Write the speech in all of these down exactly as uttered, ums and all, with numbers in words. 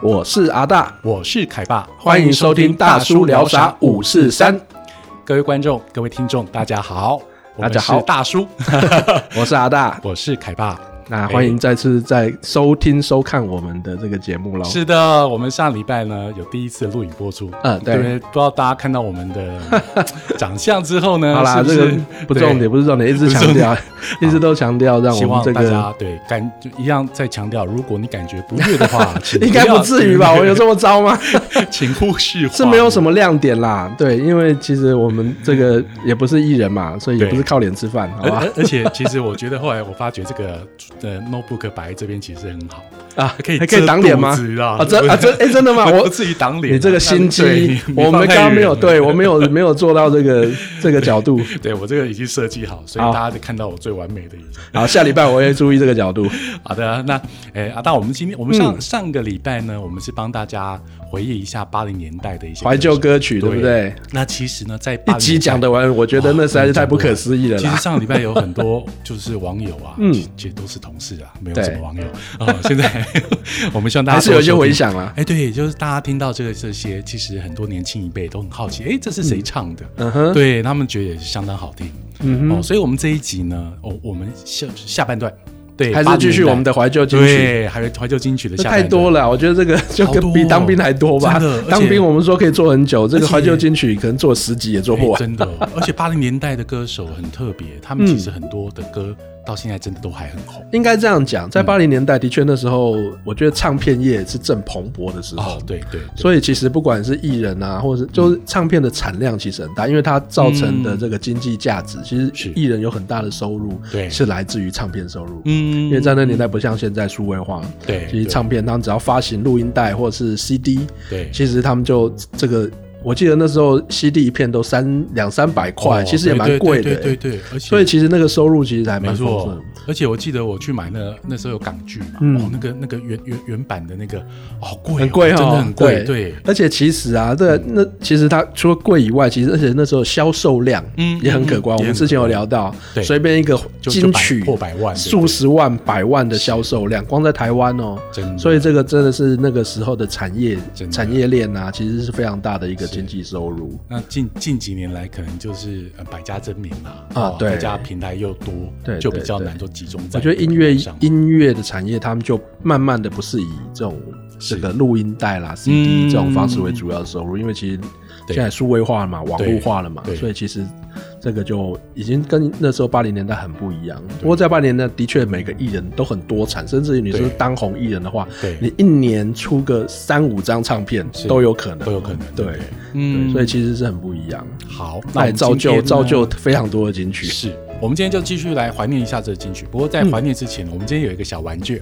我是阿大， 我是凯爸， 欢迎收听大叔聊啥五四三。 各位观众各位听众大家好， 大家好， 我是大叔我是阿大， 我是凯爸。 那欢迎再次在收听收看我们的这个节目咯。 是的，我们上礼拜呢有第一次录影播出， 嗯，对， 对，不知道大家看到我们的长相之后呢， 好啦， 是是这个不重点，不是重点，一直强调，一直都强调让我们这个， 希望大家对感就一样在强调，如果你感觉不悦的话， 应该不至于吧？我有这么糟吗？ 请忽视， 是没有什么亮点啦。对，因为其实我们这个也不是艺人嘛，所以也不是靠脸吃饭，好吧？ 而, 而且其实我觉得后来我发觉这个呃 notebook 摆在这边其实很好啊， 可以还可以挡脸吗？啊，真啊真哎，真的吗？我不至于挡脸， 你这个心机，我们刚刚没有，对我没有没有做到这个这个角度。 对我这个已经设计好，所以大家就看到我最完美的一面。 好，下礼拜我会注意这个角度。 好的，那哎阿大，我们今天我们上、 嗯、 上个礼拜呢，我们是帮大家回忆一下八零年代的一些怀旧歌曲，对不对？ 那其实呢，在一集讲得完，我觉得那实在是太不可思议了啦。 其实上个礼拜有很多就是网友啊，嗯，其实都是同事啊，没有什么网友啊、呃。现在我们希望大家还是有一些回响啦。 哎，对，就是大家听到这个这些，其实很多年轻一辈都很好奇，哎，这是谁唱的？ 嗯哼， 对他们觉得也是相当好听。 嗯哼， 哦，所以我们这一集呢，哦，我们下下半段。对， 还是继续我们的怀旧金曲， 对，还有怀旧金曲的下半段， 太多了，我觉得这个就跟比当兵还多吧。 多当兵我们说可以做很久，这个怀旧金曲可能做十集也做不完。 真的，而且八零年代的歌手很特别，他们其实很多的歌到现在真的都还很红。 应该这样讲，在八零年代的确那时候，我觉得唱片业是正蓬勃的时候。 哦，对 对, 对。 所以其实不管是艺人啊，或者是就是唱片的产量其实很大，因为它造成的这个经济价值，其实艺人有很大的收入，对，是来自于唱片收入。嗯。因为在那年代不像现在数位化， 对， 其实唱片他们只要发行录音带或者是 C D， 对，其实他们就这个，我记得那时候 C D 一片都三两三百块，其实也蛮贵的， 对对 对, 对, 对，而且所以其实那个收入其实还蛮丰富的。 而且我记得我去买那那时候有港剧嘛，嗯、哦，那个那个原原原版的那个，好贵、哦， 很贵、哦， 真的很贵，对。 对而且其实啊，这个那其实它除了贵以外，其实而且那时候销售量也很可观。嗯、我们之前有聊到，随便一个金曲破百万， 数十万、百万的销售量，光在台湾哦，所以这个真的是那个时候的产业产业链啊，其实是非常大的一个经济收入。 那近近几年来，可能就是呃百家争鸣啦， 啊，对， 大家平台又多，对，就比较难做集中在。 我觉得音乐音乐的产业，他们就慢慢的不是以这种这个录音带啦、C D 这种方式为主要的收入，因为其实现在数位化了嘛，网络化了嘛，所以其实这个就已经跟那时候八零年代很不一样。不过在八零年代的确每个艺人都很多产，甚至于你是当红艺人的话，你一年出个三五张唱片都有可能， 都有可能。 对，嗯，所以其实是很不一样。 好， 那也造就造就非常多的金曲。 是。我们今天就继续来怀念一下这个金曲。不过在怀念之前，嗯、我们今天有一个小玩具。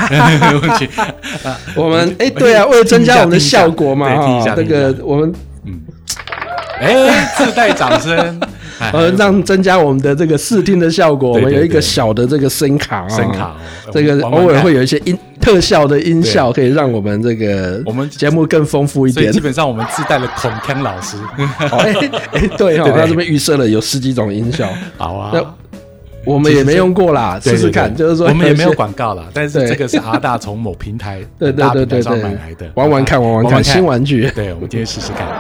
我们哎、欸，对啊，为了增加我们的效果嘛，哈，这个我们嗯，哎、欸，自带掌声， 呃，让增加我们的这个视听的效果。我们有一个小的这个声卡啊， 声卡， 这个偶尔会有一些音特效的音效，可以让我们这个我们节目更丰富一点。 所以基本上我们自带了孔锵老师。 哎哎，对哈，他这边预设了有十几种音效。 好啊。 我们也没用过啦，试试看。就是说， 我们也没有广告啦，但是这个是阿大从某平台、 对对对对上买来的， 玩玩看，玩玩看，新玩具。 对，我们今天试试看，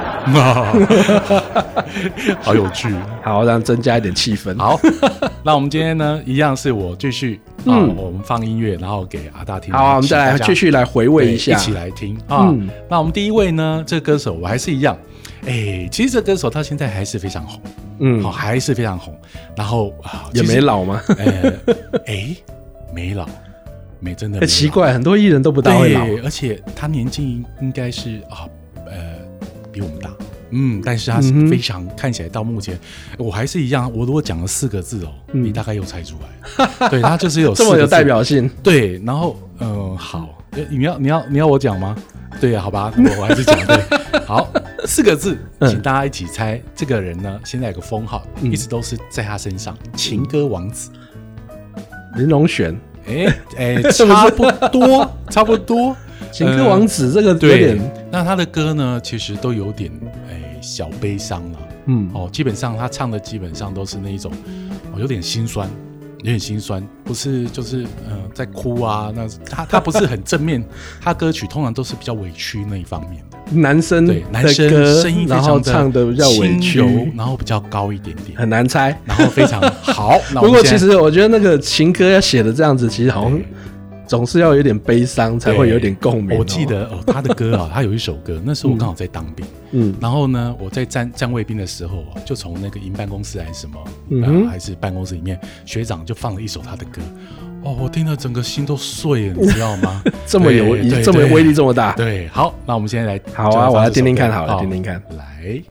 好有趣， 好让增加一点气氛。 好，那我们今天呢，一样是我继续啊，我们放音乐，然后给阿大听。 好，我们再来继续来回味一下， 一起来听啊。那我们第一位呢，这个歌手我还是一样。哎，其实这歌手他现在还是非常红，嗯，好、哦，还是非常红。然后啊， 也没老吗？ 呃，哎，没老，没真的没老。 奇怪，很多艺人都不大会老， 而且他年纪应该是啊，呃，比我们大，嗯，但是他是非常、嗯、看起来到目前，我还是一样。我如果讲了四个字哦，嗯、你大概又猜出来。对，他就是有四个字这么有代表性。 对，然后嗯、呃，好，你要你要你要我讲吗？对呀、啊，好吧，我还是讲对。好，四个字，请大家一起猜。嗯、这个人呢，现在有个封号，嗯、一直都是在他身上，情歌王子林隆璇。 哎哎，差不多，差不多。 情歌王子这个有点、 呃，那他的歌呢，其实都有点哎小悲伤了。嗯，哦，基本上他唱的基本上都是那一种，哦，有点心酸。 有点心酸，不是就是呃在哭啊，那他他不是很正面，他歌曲通常都是比较委屈那一方面的。 男生对男生声音非然后唱的比较委屈， 然后比较高一点点， 很难猜， 然后非常好。 不过其实我觉得那个情歌要写的这样子，其实好像总是要有点悲伤才会有点共鸣、哦。 我记得哦，他的歌啊，他有一首歌，那时候我刚好在当兵，嗯，然后呢，我在站站卫兵的时候，就从那个营办公室还是什么，嗯、呃，还是办公室里面，学长就放了一首他的歌。哦，我听了整个心都碎了，你知道吗？ 这么有，这么威力这么大。 对，好，那我们现在来， 好啊，我来听听看，好了，听听看， 来。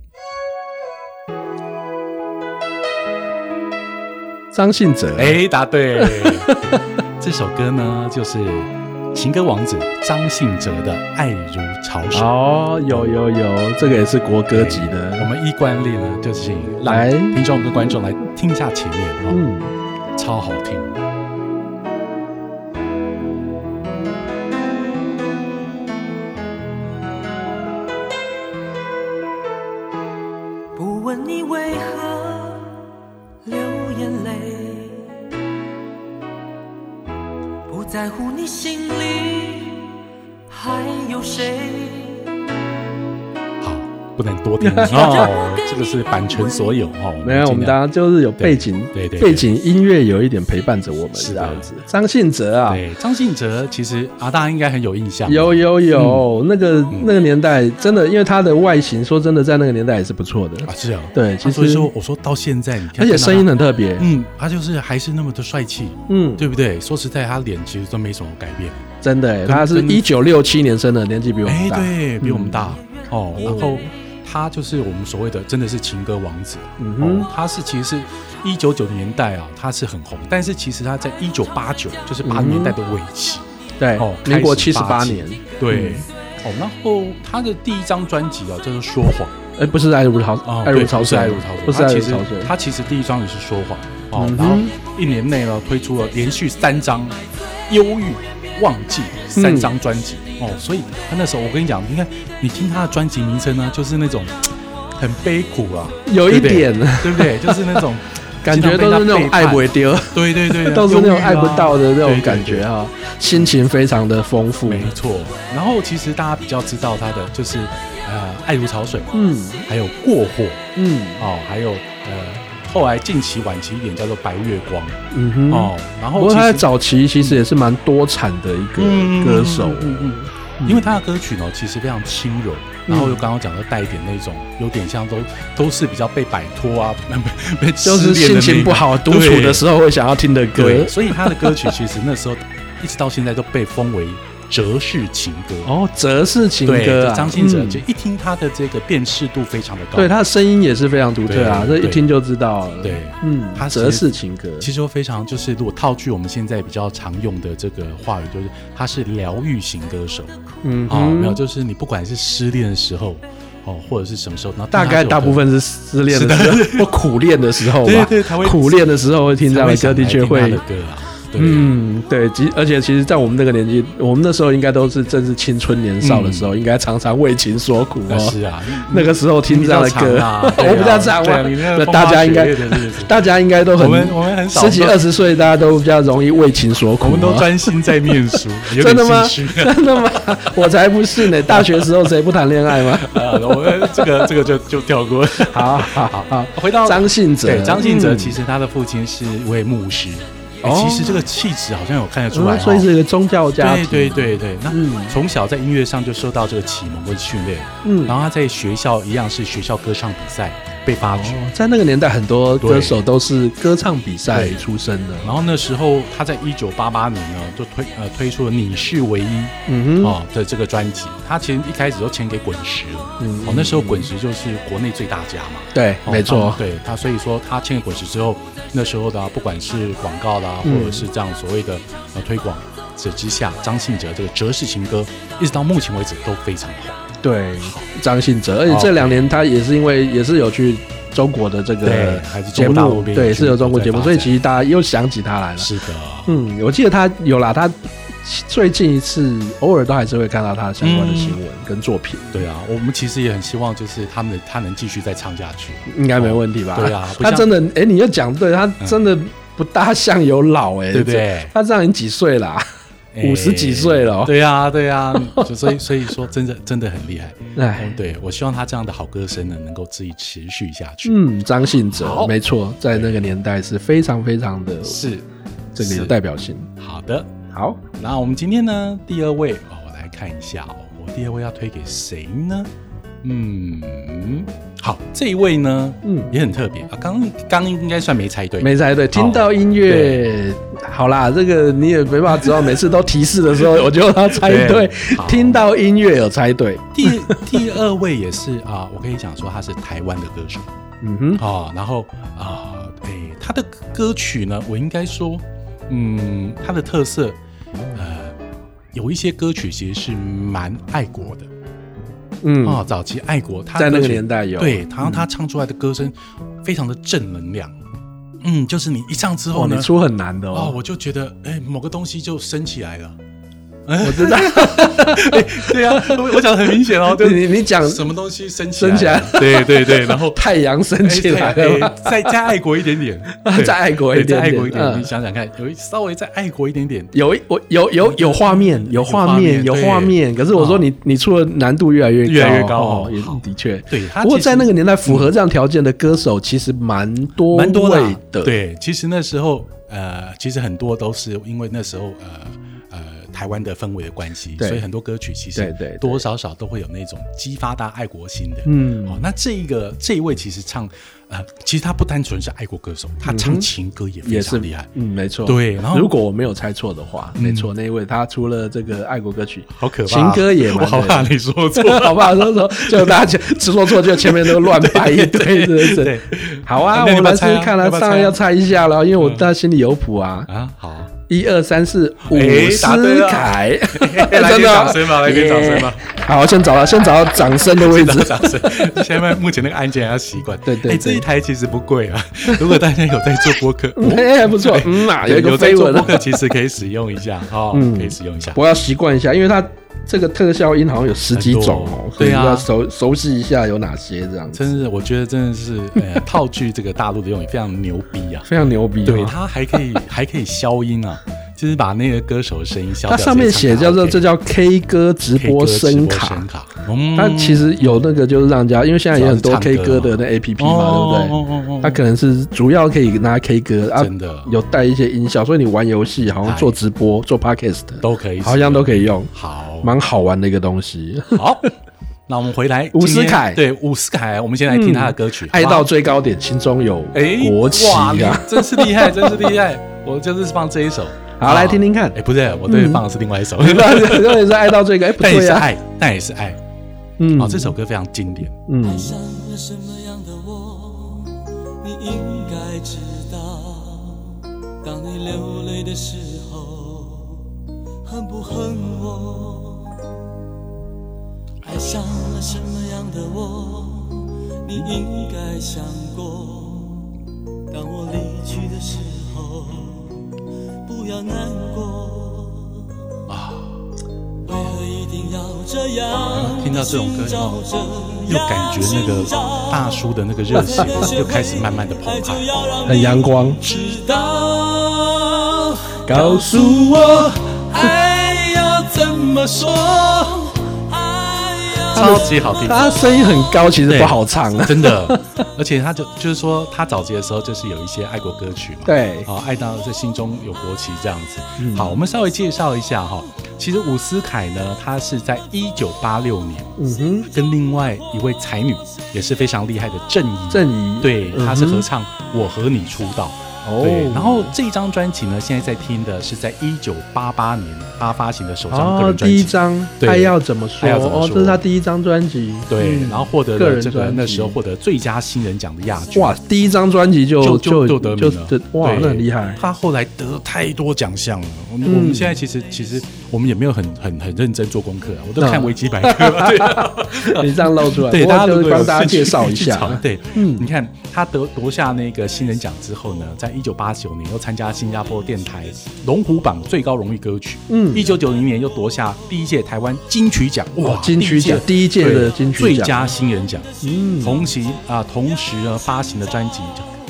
张信哲， 哎，答对。这首歌呢，就是情歌王子张信哲的《爱如潮水》。 哦，有有有，这个也是国歌级的。 我们依惯例呢，就是来听众跟观众来听一下前面，哦、嗯，超好听。 不问你为何流眼泪，不在乎你心里还有谁。 好，不能多听哦，这个是版权所有哦。 没有，我们大家就是有背景， 对 对, 对, 对， 背景音乐有一点陪伴着我们，是这样子。张信哲啊， 对，张信哲其实啊，大家应该很有印象。 有有有，嗯、那个、嗯、那个年代真的，因为他的外形，说真的，在那个年代也是不错的啊。是啊， 对，其实、 啊、所以说我说到现在，你看， 而且声音很特别， 嗯，他就是还是那么的帅气，嗯，对不对？说实在，他脸其实都没什么改变， 真的，他是一九六七年生的，年纪比我们大， 对比我们大、嗯、哦，然后。他就是我们所谓的，真的是情歌王子。嗯哼，哦、他是其实是一九九零年代啊，他是很红，但是其实他在一九八九，就是八零年代的尾期， 嗯、对，哦，民国七十八年， 对，嗯、哦，然后他的第一张专辑啊叫做《说谎》， 哎，不是爱如潮，哦、爱如潮水， 爱如潮水， 不是爱如潮水， 他其实第一张也是说谎，哦，嗯、然后一年内呢推出了连续三张忧郁。忘记三张专辑、嗯、哦，所以他那时候我跟你讲，你看你听他的专辑名称呢，就是那种很悲苦啊， 有一点， 对不对？就是那种感觉都是那种爱不丢， 对对对， 都是那种爱不到的那种感觉哈、啊，心情非常的丰富， 没错。然后其实大家比较知道他的就是呃，爱如潮水，嗯，还有过火，嗯，哦，还有呃。后来近期晚期一点叫做白月光，嗯哼，哦，然后不过他在早期其实也是蛮多产的一个歌手，嗯嗯嗯嗯、因为他的歌曲呢其实非常轻柔，然后又刚刚讲的带一点那种有点像都都是比较被摆脱啊，被就是心情不好独处的时候会想要听的歌， 对，所以他的歌曲其实那时候一直到现在都被封为哲式情歌哦，哲式情歌、啊， 张信哲、嗯、就一听他的这个辨识度非常的高， 对，他的声音也是非常独特啊，这一听就知道了。 对， 嗯，他哲式情歌其实非常就是如果套句我们现在比较常用的这个话语，就是他是疗愈型歌手。嗯，哦，没有，就是你不管是失恋的时候。哦，或者是什么时候？ 大概大部分是失恋的时候，或苦恋的时候吧。 对对，他会苦恋的时候会听这样的歌，的确会。 他的歌啊。 嗯，对，而且其实，在我们那个年纪，我们那时候应该都是正是青春年少的时候，嗯、应该常常为情所苦哦。 是啊， 那个时候听这样的歌， 啊、 我比较长嘛， 那大家应该，大家应该都很， 我们我们很少十几二十岁，大家都比较容易为情所苦、哦。 我们都专心在念书， 真的吗？真的吗？我才不是呢！大学时候谁不谈恋爱吗？ 啊，我们这个这个就就跳过。 好好好好， 回到张信哲， 对，张信哲其实他的父亲是一位牧师。欸、其实这个气质好像有看得出来、哦嗯， 所以是一个宗教家庭。 对对对对，那从小在音乐上就受到这个启蒙跟训练，嗯，然后他在学校一样是学校歌唱比赛被发掘、哦。 在那个年代，很多歌手都是歌唱比赛出身的。 然后那时候他在一九八八年呢，就推呃推出了《你是唯一》嗯哦的这个专辑。他其实一开始都签给滚石了，嗯，哦那时候滚石就是国内最大家嘛， 对，哦、没错， 对他，所以说他签给滚石之后，那时候的、啊、不管是广告啦。或者是这样所谓的呃推广者之下，张信哲这个哲式情歌，一直到目前为止都非常好。 对，张信哲，而且这两年他也是因为也是有去中国的这个节目，对，是有中国节目，所以其实大家又想起他来了。 是的， 嗯，我记得他有啦，他最近一次偶尔都还是会看到他相关的新闻跟作品。 嗯、对啊，我们其实也很希望就是他们他能继续再唱下去， 应该没问题吧？ 对啊， 他真的，哎、欸，你又讲对，他真的。嗯不大像有老哎、欸， 对不对？ 他这样已经几岁啦、啊？五十几岁了、哦， 对呀、啊，对呀、啊，所以所以说真的真的很厉害。 哎， 对，我希望他这样的好歌声呢，能够自己持续下去。 嗯，张信哲，没错，在那个年代是非常非常的， 是这个有代表性。 好的， 好， 那我们今天呢，第二位哦，我来看一下哦，我第二位要推给谁呢？嗯，好，这一位呢，嗯，也很特别啊。刚刚应该算没猜对， 没猜对。听到音乐，好啦，这个你也没办法知道，每次都提示的时候，我就要猜对。听到音乐有猜对。 第第二位也是啊，我可以讲说他是台湾的歌手，嗯哼，哦，然后啊，哎，他的歌曲呢，我应该说，嗯，他的特色，呃，有一些歌曲其实是蛮爱国的。嗯哦，早期爱国，他在那个年代有对，然后他唱出来的歌声非常的正能量，嗯，就是你一唱之后呢， 哦、你出很难的 哦, 哦，我就觉得哎，某个东西就升起来了。 我知道， 对啊，我讲的很明显哦。 你你讲什么东西升起来？ 升起来， 对对对，然后太阳升起来了， 再再爱国一点点， 再爱国一点点， 再爱国一点。你想想看，有稍微再爱国一点点， 有我有有有画面，有画面，有画面。可是我说你你出的难度越来越高， 越来越高， 也的确。 对， 不过在那个年代符合这样条件的歌手其实蛮多蛮多的。 对，其实那时候呃，其实很多都是因为那时候呃。台湾的氛围的关系，所以很多歌曲其实多多少少都会有那种激发大家爱国心的。嗯，哦，那这一个这一位其实唱，呃，其实他不单纯是爱国歌手，他唱情歌也非常厉害。 嗯，没错。 对，然后如果我没有猜错的话，没错，那一位他除了这个爱国歌曲， 好可怕， 情歌也蛮， 我好怕你说错， 好怕说错，就大家只说错，就前面都乱掰一堆，对不对？好啊，我们来试试看了，上来要猜一下了，因为我大家心里有谱啊。啊，好。一二三四伍思凯， 来点掌声吧，来点掌声吧。 好，先找到先找到掌声的位置。 掌声。现在目前那个按键还要习惯。 对对。 哎，这一台其实不贵啊。如果大家有在做播客， 哎，还不错。嗯啊，有一个飞文，播客其实可以使用一下哦，可以使用一下。 我要习惯一下，因为它这个特效音好像有十几种哦，所以要熟熟悉一下有哪些这样子。 真是，我觉得真的是呃，套句这个大陆的用语，非常牛逼啊， 非常牛逼。 对，它还可以还可以消音啊。就是把那个歌手的声音消掉。 它上面写叫做这叫 K 歌直播声卡，它其实有那个就是让人家，因为现在有很多 K 歌的那 A P P 嘛，对不对？它可能是主要可以拿 K 歌啊， 真的有带一些音效，所以你玩游戏好像做直播、做 Podcast 都可以， 好像都可以用， 好， 蛮好玩的一个东西。 好。那我们回来， 伍思凯， 对伍思凯，我们先来听他的歌曲， 爱到最高点，心中有国旗啊， 真是厉害，真是厉害，我就是放这一首。 好，来听听看。 哎，不对，我对放的是另外一首。 你也是爱到最高，哎，不对啊， 但也是爱，但也是爱。嗯，哦，这首歌非常经典。 嗯。爱上了什么样的我，你应该知道。当你流泪的时候，恨不恨我？爱上了什么样的我，你应该想过。当我离去的时候，不要难过啊！为何一定要这样？ 听到这种歌以后，又感觉那个大叔的那个热血又开始慢慢的澎湃， 很阳光。 知道，告诉我爱要怎么说？ 超级好听， 他声音很高，其实不好唱啊， 真的。而且他就就是说，他早期的时候就是有一些爱国歌曲嘛， 对， 啊，爱到这心中有国旗这样子。嗯、好，我们稍微介绍一下哈。其实伍思凯呢，他是在一九八六年，嗯哼，跟另外一位才女也是非常厉害的郑怡， 郑怡， 对，他是合唱《我和你出道》。对，然后这一张专辑呢，现在在听的是在一九八八年他发行的首张个人专辑， 第一张，爱要怎么说？哦，这是他第一张专辑， 对，然后获得了这个那时候获得最佳新人奖的亚军。 哇，第一张专辑就就就得名了， 哇，那很厉害。 他后来得太多奖项了。我们我们现在其实其实我们也没有很很很认真做功课，我都看维基百科。 你这样露出来， 对，大家就帮大家介绍一下。 对，嗯，你看他得夺下那个新人奖之后呢，在一九八九年又参加新加坡电台龙虎榜最高荣誉歌曲，嗯，一九九零年又夺下第一届台湾金曲奖， 哇，金曲奖第一届的金曲最佳新人奖，嗯，同期啊，同时呢发行的专辑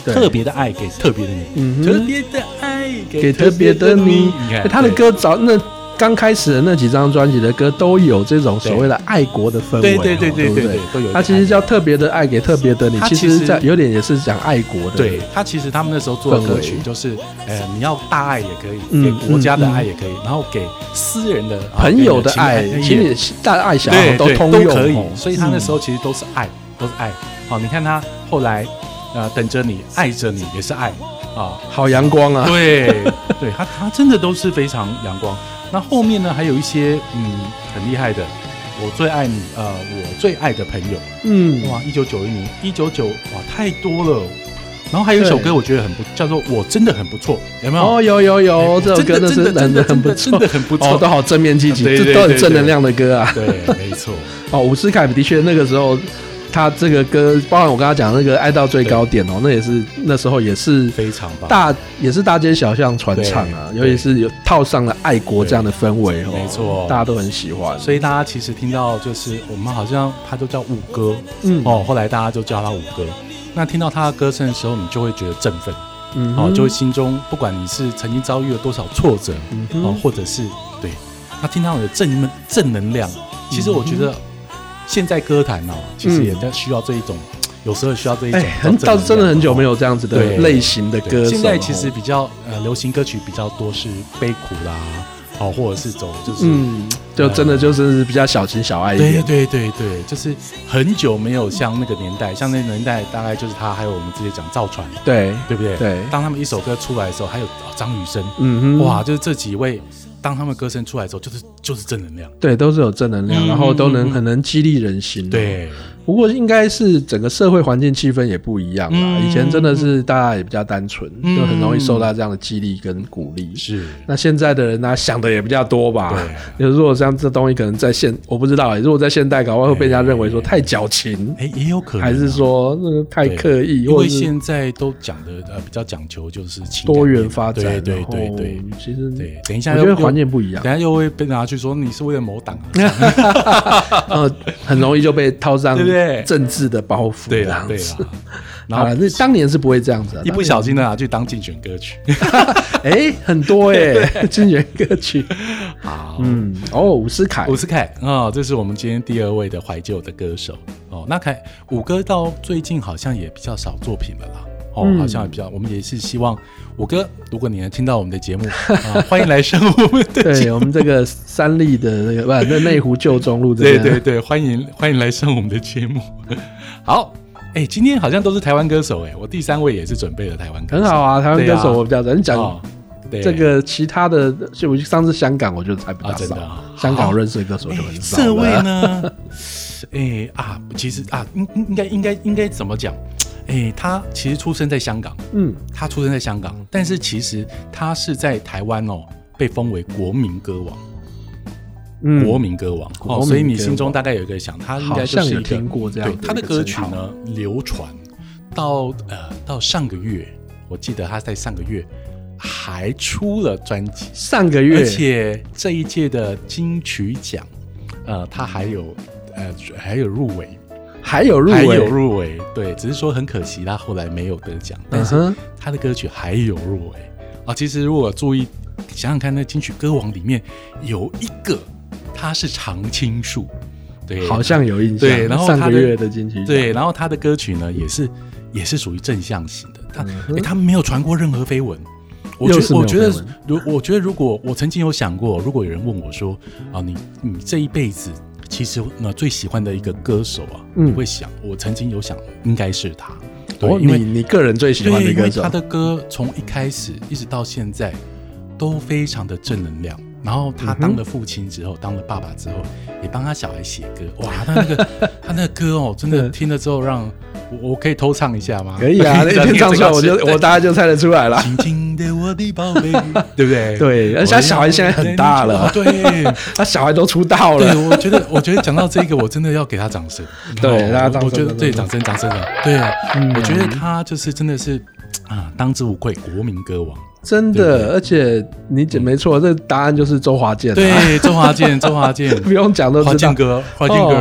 特别的爱给特别的你， 嗯、 特别的爱给特别的你。欸、他的歌早那刚开始的那几张专辑的歌都有这种所谓的爱国的氛围， 对对对对对 对, 对，都有。 他其实叫特别的爱给特别的你，其实在有点也是讲爱国的。 对，他其实他们那时候做的歌曲就是，呃，你要大爱也可以，给国家的爱也可以，嗯嗯、然后给私人的朋友的爱，其实你大爱小爱都通用都可以。所以他那时候其实都是爱，都是爱。好，你看他后来，呃，等着你，爱着你也是爱啊， 好阳光啊！ 对，对他他真的都是非常阳光。那后面呢，还有一些嗯很厉害的，我最爱你，呃，我最爱的朋友，嗯，哇，一九九一年，一九九，哇，太多了。然后还有一首歌，我觉得很不，叫做《我真的很不错》，有没有？ 哦，有有有，这首歌真的是真的很不错， 真的很不错， 哦，都好正面积极，这都很正能量的歌啊。 对，没错。 哦，伍思凯的确那个时候。他这个歌，包含我刚刚讲那个《爱到最高点》哦，那也是那时候也是非常棒， 大也是大街小巷传唱啊，尤其是有套上了爱国这样的氛围哦， 没错， 大家都很喜欢。 所以大家其实听到就是我们好像他都叫五哥，嗯哦，后来大家就叫他五哥。那听到他的歌声的时候，你就会觉得振奋，嗯哦，就会心中不管你是曾经遭遇了多少挫折，嗯哦，或者是对，他听到你的正正能量，其实我觉得。现在歌坛哦，其实也在需要这一种，嗯、有时候需要这一种。哎、欸， 很倒真的很久没有这样子的类型的歌手。 现在其实比较呃，流行歌曲比较多是悲苦啦，哦，或者是走就是， 嗯，就真的就是比较小情小爱一点。 对对对对，就是很久没有像那个年代，像那个年代大概就是他，还有我们之前讲赵传， 对对不对？ 对。 当他们一首歌出来的时候，还有张雨生，嗯哼，哇，就是这几位。当他们歌声出来的时候，就是就是正能量， 对，都是有正能量，嗯、然后都能很能激励人心。 对， 不过应该是整个社会环境气氛也不一样啦。嗯、以前真的是大家也比较单纯，嗯、就很容易受到这样的激励跟鼓励。 是， 那现在的人呢、啊，想的也比较多吧？对，如果像这东西可能在现，我不知道、欸，如果在现代搞，会被人家认为说太矫情， 哎、欸，也有可能、啊， 还是说那个太刻意？ 因为现在都讲的呃比较讲求就是多元发展， 对对对对， 其实对，等一下我觉得环境不一样， 等一下又会被拿去说你是为了某党、 啊，呃，很容易就被套上政治的包袱， 对啦对啦。 然后那当年是不会这样子、啊， 一不小心的拿去当竞选歌曲， 哎、欸，很多哎、欸，竞选歌曲。 好， 嗯，哦，伍思凯， 伍思凯啊，这是我们今天第二位的怀旧的歌手哦。那凯伍哥到最近好像也比较少作品了啦。哦，嗯、好像也比较，我们也是希望伍哥，如果你能听到我们的节目，啊、欢迎来上我们的节目。 对，我们这个三立的那个不，那内湖旧中路这边， 对对对，欢迎欢迎来上我们的节目。好，哎、欸，今天好像都是台湾歌手哎、欸，我第三位也是准备了台湾歌手， 很好啊，台湾歌手我比较喜欢讲。 哦这个其他的，就我上次香港我就还比较少，啊、香港认识的歌手就很少。 这位呢，哎、欸、啊，其实啊，应应该应该应该怎么讲？哎、欸，他其实出生在香港，嗯，他出生在香港，但是其实他是在台湾哦，被封为国民歌王，嗯，国民歌王哦，所以你心中大概有一个想，他应该就是一个听过这样的， 对他的歌曲呢流传到呃到上个月，我记得他在上个月还出了专辑， 上个月， 而且这一届的金曲奖，呃，他还有呃还有入围。 还有入围， 还有入围，对，只是说很可惜，他后来没有得奖，但是他的歌曲还有入围啊。其实如果注意想想看，那金曲歌王里面有一个他是常青树，对， 好像有印象。 对，然后上个月的金曲奖， 对，然后他的歌曲呢也是也是属于正向型的，他、嗯欸、他没有传过任何绯闻。我觉得，我觉得，如我觉得，如果我曾经有想过，如果有人问我说啊，你你这一辈子。其实呢，最喜欢的一个歌手啊，嗯、我会想，我曾经有想，应该是他。对， 哦、因为 你, 你个人最喜欢的歌手， 因为他的歌从一开始一直到现在都非常的正能量。然后他当了父亲之后，嗯、当了爸爸之后，也帮他小孩写歌。哇，他那个他那个歌哦，真的听了之后让，让我我可以偷唱一下吗？ 可以啊，那天唱出来，我就我大概就猜得出来了。 轻轻的我的宝贝，对不对？ 对，而且他小孩现在很大了， 对， 他小孩都出道了。 对，我觉得，我觉得讲到这个，我真的要给他掌声。 对，大家掌声。 我觉得对，掌声，掌声的。对啊，嗯、我觉得他就是真的是啊，当之无愧，国民歌王。 真的，对对，而且你讲没错，嗯、这答案就是周华健、啊。 对，周华健，周华健， 不用讲都知道。 华健哥，华健哥，哦、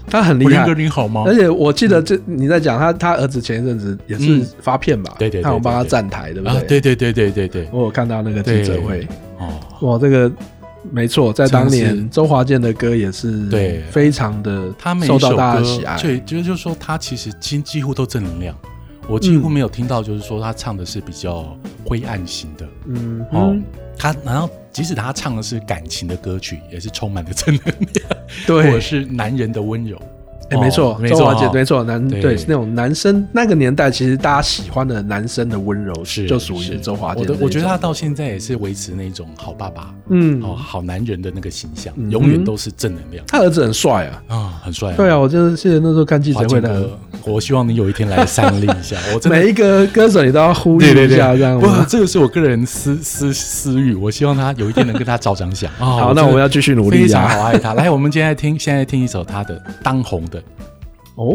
他很厉害。 我人格你好吗？ 而且我记得这你在讲他，他儿子前一阵子也是发片吧？ 嗯、对对对， 他有帮他站台，对不对？ 啊，对对对对对对， 我有看到那个记者会。 哦， 哇，这个没错，在当年周华健的歌也是对非常的他受到大家的喜爱。 对，就是说他其实几几乎都正能量。我几乎没有听到，就是说他唱的是比较灰暗型的，嗯，哦，他然后即使他唱的是感情的歌曲，也是充满了正能量， 对， 或者是男人的温柔。 哎、欸，没错，周华健没错，男 对, 对是那种男生那个年代，其实大家喜欢的男生的温柔是就属于周华健。 我的我觉得他到现在也是维持那种好爸爸， 嗯， 哦，好男人的那个形象，嗯、永远都是正能量。 他儿子很帅啊， 啊、哦，很帅、啊。 对啊，我就是记得那时候看记者会的， 我希望你有一天来三立一下。我真的每一个歌手你都要呼吁一下，这样。 不，这个是我个人私私私欲，我希望他有一天能跟他照张相。 哦、好，那我们要继续努力、啊， 非常好爱他。来，我们今天来听，现在听一首他的当红的。 哦，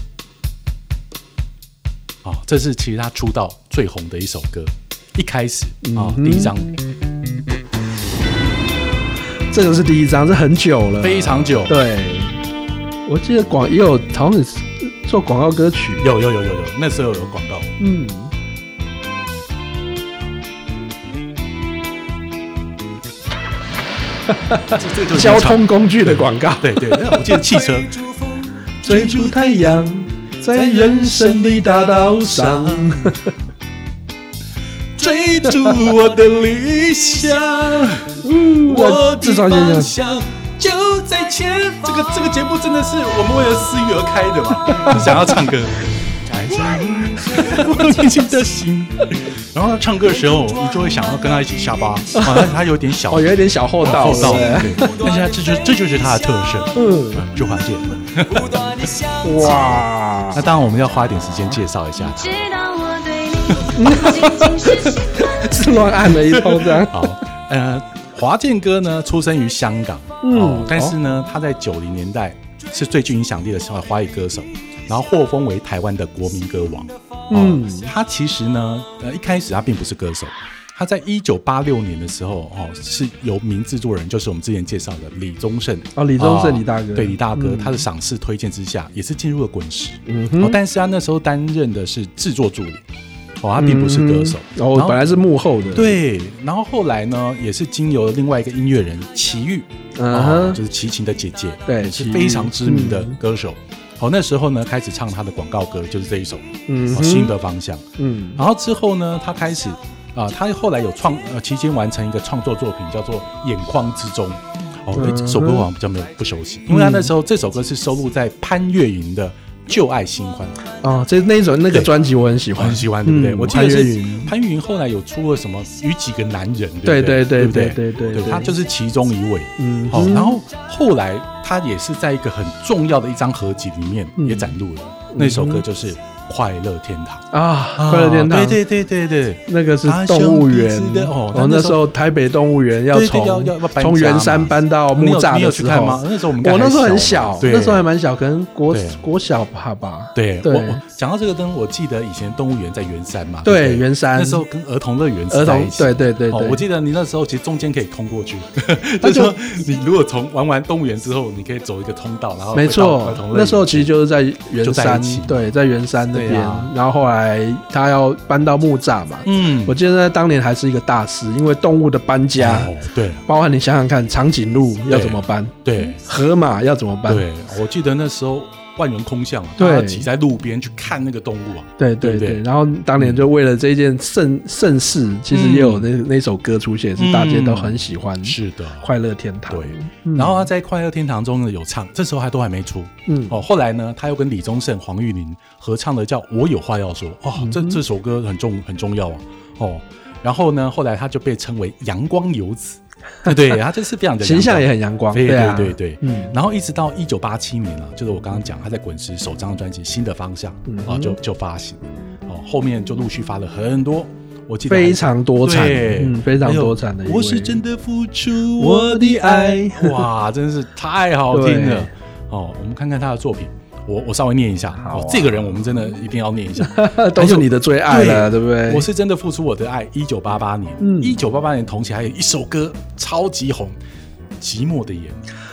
哦，这是其实他出道最红的一首歌，一开始啊、嗯，第一张， 这个是第一张，这很久了， 非常久。 对，我记得广也有好像做广告歌曲， 有有有有有，那时候有广告， 嗯。 这个交通工具的广告， 对对，对我记得汽车。 追逐太阳，在人生的大道上， 追逐我的理想，我的方向就在前方。这个这个节目真的是我们为了私欲而开的嘛？想要唱歌，我年轻的心。然后他唱歌的时候，你就会想要跟他一起下巴，啊，他有点小， 哦，有一点小厚道， 厚道，对。但是他这就这就是他的特色，嗯，周华健。 哇， 那当然我们要花一点时间介绍一下他。 是乱按了一通这样。 好，呃，华健哥呢，出生于香港，嗯，哦、但是呢，他在九零年代是最具影响力的华语歌手，然后获封为台湾的国民歌王。嗯、哦，他其实呢，呃，一开始他并不是歌手，他在一九八六年的时候，哦，是由名制作人，就是我们之前介绍的李宗盛， 哦，李宗盛，李大哥， 对，李大哥，嗯、他的赏识推荐之下，也是进入了滚石，嗯哼、哦，但是他那时候担任的是制作助理。哦，他并不是歌手， 嗯、哦，本来是幕后的。 对，然后后来呢，也是经由另外一个音乐人齐豫，嗯、哦，就是齐秦的姐姐， 对， 是非常知名的歌手。好、嗯哦，那时候呢，开始唱他的广告歌，就是这一首，嗯、哦，新的方向，嗯。然后之后呢，他开始啊、呃，他后来有创呃，期间完成一个创作作品，叫做《眼眶之中》。哦，嗯、这首歌我好像比较没有不熟悉，因为他那时候这首歌是收录在潘越云的。旧爱新欢哦，这那一首那个专辑我很喜欢， 很喜欢，对不对？嗯、我记得是潘越云后来有出了什么《与几个男人》， 对对对对对对对， 他就是其中一位。嗯，好、哦，然后后来他也是在一个很重要的一张合集里面也展露了，嗯、那首歌就是《快乐天堂》 啊，《快乐天堂》， 对对对对对， 那个是动物园哦，那那时候台北动物园要从从圆山搬到木栅的时候， 吗？那时候我们我那时候很小，那时候还蛮小，可能国国小吧吧。 对，我我讲到这个灯，我记得以前动物园在圆山嘛， 对，圆山那时候跟儿童乐园儿童对对对对， 我记得你那时候其实中间可以通过去，就是说你如果从玩完动物园之后，你可以走一个通道，然后没错，那时候其实就是在圆山，对，在圆山那边，然后后来他要搬到木栅嘛，嗯，我记得在当年还是一个大事，因为动物的搬家，对，包括你想想看，长颈鹿要怎么搬，对，河马要怎么搬， 对，我记得那时候。万人空巷，对，挤在路边去看那个动物啊， 对对 对, 对。然后当年就为了这件盛盛事，其实也有那那首歌出现，是大家都很喜欢。是的，快乐天堂。 对，然后他在快乐天堂中呢有唱，这时候还都还没出。嗯，哦，后来呢，他又跟李宗盛、黄韵玲合唱的叫《我有话要说》。哦，这这首歌很重很重要啊。哦，然后呢，后来他就被称为阳光游子。对对，他就是非常的形象也很阳光， 对对对对，嗯，然后一直到一九八七年啊，就是我刚刚讲他在滚石首张专辑《新的方向》嗯、啊就就发行，哦，后面就陆续发了很多，我记得非常多产，嗯，非常多产的一位。 我是真的付出我的爱，哇，真是太好听了哦！我们看看他的作品。我我稍微念一下，哦，这个人我们真的一定要念一下， 都是你的最爱了，对不对？ 我是真的付出我的爱。一九八八年，一九八八年同期还有一首歌超级红，《寂寞的眼》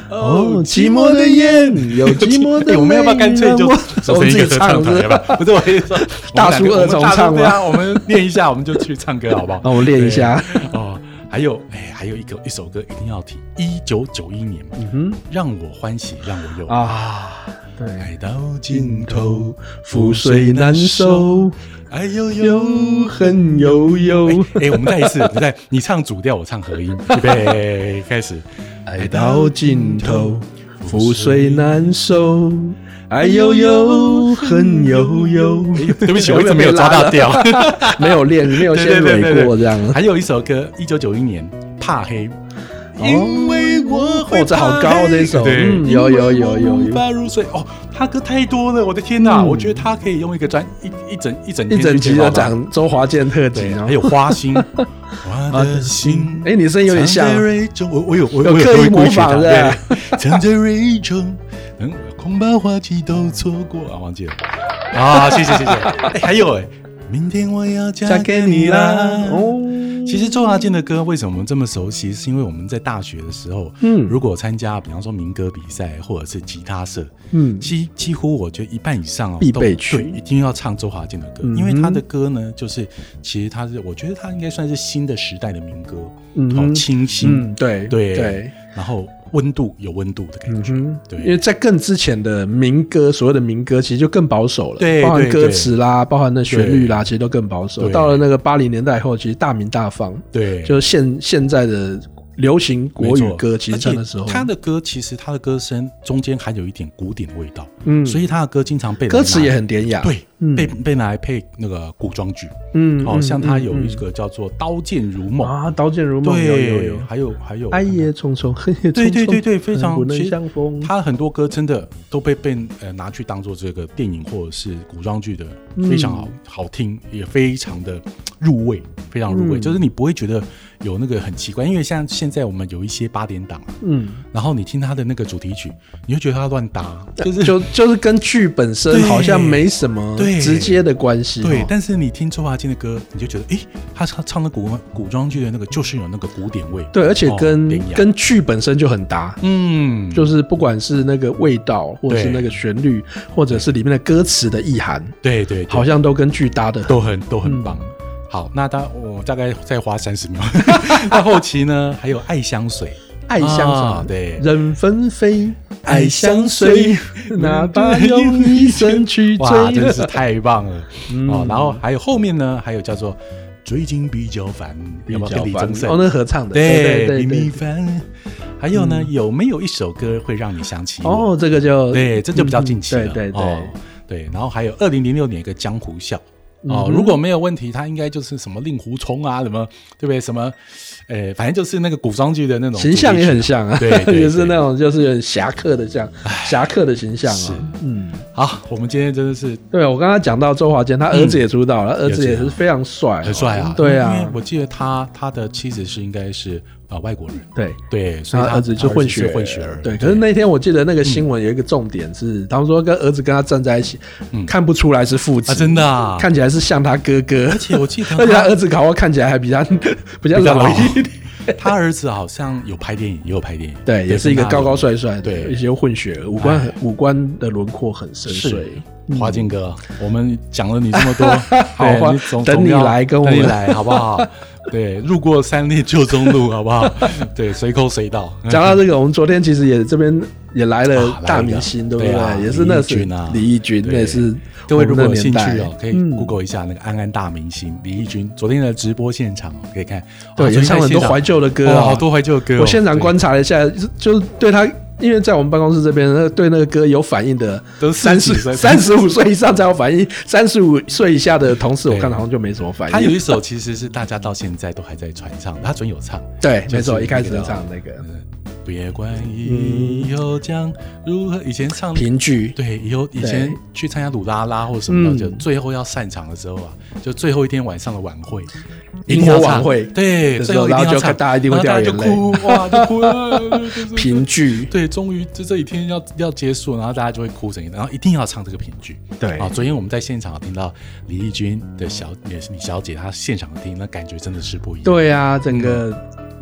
哦，寂寞的夜，有寂寞的泪。 我们要不要干脆就我们自己唱？ 是吧？不是我意思说， 大叔二重唱吗？ 我们练一下，我们就去唱歌好不好？ 那我们练一下哦。还有，哎，还有一个一首歌一定要提，一九九一年，嗯哼，让我欢喜让我忧啊，对， 爱到尽头， 覆水难收， 爱悠悠， 恨悠悠。 哎，我们再一次，你再你唱主调，我唱和音，预备，开始。 爱到尽头，覆水难收，爱悠悠，恨悠悠。 对不起，我一直没有抓到调， 没有练，没有先蕊过这样。 还有一首歌，一九九一年，怕黑。 因为我会怕黑，哦，这好高这一首，嗯，有有有有有。 发入睡哦，他歌太多了，我的天哪！嗯、我觉得他可以用一个专一一整一整一整集的讲周华健特辑， 还有花心，我的心， 哎，你声音有点像， 我我有我有刻意模仿的， 藏在蕊中，嗯，恐怕花期都错过啊，忘记了啊，谢谢谢谢。哎，还有哎，明天我要嫁给你啦，哦。其实周华健的歌为什么我们这么熟悉，是因为我们在大学的时候，嗯，如果参加比方说民歌比赛或者是吉他社，嗯，几几乎我觉得一半以上哦必备曲， 对，一定要唱周华健的歌，嗯、因为他的歌呢，就是其实他是我觉得他应该算是新的时代的民歌，嗯，好清新， 嗯，对对对， 然后温度有温度的感觉，嗯、对， 因为在更之前的民歌，所谓的民歌其实就更保守了， 对， 包含歌词啦，包含那旋律啦，其实都更保守。到了那个八零年代后，其实大鸣大放， 对， 就是现现在的流行国语歌，其实在那时候， 他的歌其实他的歌声中间还有一点古典的味道，嗯，所以他的歌经常被歌词也很典雅， 对，嗯、被被拿来配那个古装剧，嗯，哦，像他有一个叫做《刀剑如梦》 啊，《刀剑如梦》 对， 有有有， 还有还有， 爱夜匆匆，恨夜匆匆， 对对对对，非常不能相逢。 他很多歌真的都被被呃拿去当做这个电影或者是古装剧的，非常好、嗯、好听，也非常的入味，非常入味，嗯、就是你不会觉得有那个很奇怪，因为像现在我们有一些八点档，嗯，然后你听他的那个主题曲，你会觉得他乱搭，就是就就是跟剧本身好像没什么直接的关系， 对。但是你听周华健的歌，你就觉得，哎，他唱的古古装剧的那个就是有那个古典味， 对，而且跟、哦、跟剧本身就很搭， 嗯， 就是不管是那个味道，或者是那个旋律，或者是里面的歌词的意涵， 对 对, 对， 好像都跟剧搭的都很都很棒。嗯、好，那大我大概再花三十秒，那后期呢，还有爱香水。 爱香水、啊， 对， 人纷飞，爱相随，哪怕用一生去追， 哇，真是太棒了、嗯哦、然后还有后面呢，还有叫做最近比较烦， 比较李宗盛哦，那合唱的， 对对对对对。还有呢、嗯，有没有一首歌会让你想起我？ 哦，这个就对，这就比较近期了， 嗯、对对对、哦、 对。然后还有二零零六年一个江湖笑。哦，如果没有问题，它应该就是什么令狐冲啊，什么对不对？什么，呃，反正就是那个古装剧的那种形象也很像啊， 对，对对也是那种就是有点侠客的像侠客的形象啊。 嗯，好，我们今天真的是， 对我刚刚讲到周华健，他儿子也出道了，嗯、儿子也是非常帅、哦， 很帅啊， 对啊， 因为我记得他他的妻子是应该是。呃，外国人， 对对，所以他儿子就混血混血儿， 对。可是那天我记得那个新闻有一个重点是，嗯、他们说跟儿子跟他站在一起，嗯、看不出来是父子， 啊、真的、啊， 看起来是像他哥哥。 而且我记得， 而且他儿子搞不好看起来还比他比较老一点。 他儿子好像有拍电影，也有拍电影， 对，也是一个高高帅帅的，对，一些混血儿，五官很五官的轮廓很深邃。 华健哥，我们讲了你这么多， 好，等你来跟我们来好不好？对，路过三立旧中路，好不好？对，随口随到。 讲到这个，我们昨天其实也这边也来了大明星，对不对？也是那是李翊君，那也是各位如果有兴趣哦，可以 Google 一下那个安安大明星李翊君。昨天的直播现场可以看， 对，也唱了很多怀旧的歌啊， 好多怀旧的歌。 我现场观察了一下，就是对他。因为在我们办公室这边，对那个歌有反应的， 都三十三十五岁以上才有反应，三十五岁以下的同事，我看好像就没什么反应。 他有一首其实是大家到现在都还在传唱，他准有唱， 对，就是、没错，一开始唱那个。 嗯别管以后将如何，以前唱评剧， 对，以后以前去参加鲁拉拉或什么的，就最后要散场的时候啊，就最后一天晚上的晚会， 萤火晚会， 对，最后一定要唱， 大家一定会掉眼泪， 哭哇，就哭了。 评剧， 对，终于这这一天要要结束，然后大家就会哭成一团，然后一定要唱这个评剧。 对啊，昨天我们在现场听到李翊君的小也是李小姐，她现场听，那感觉真的是不一样。 对啊，整个。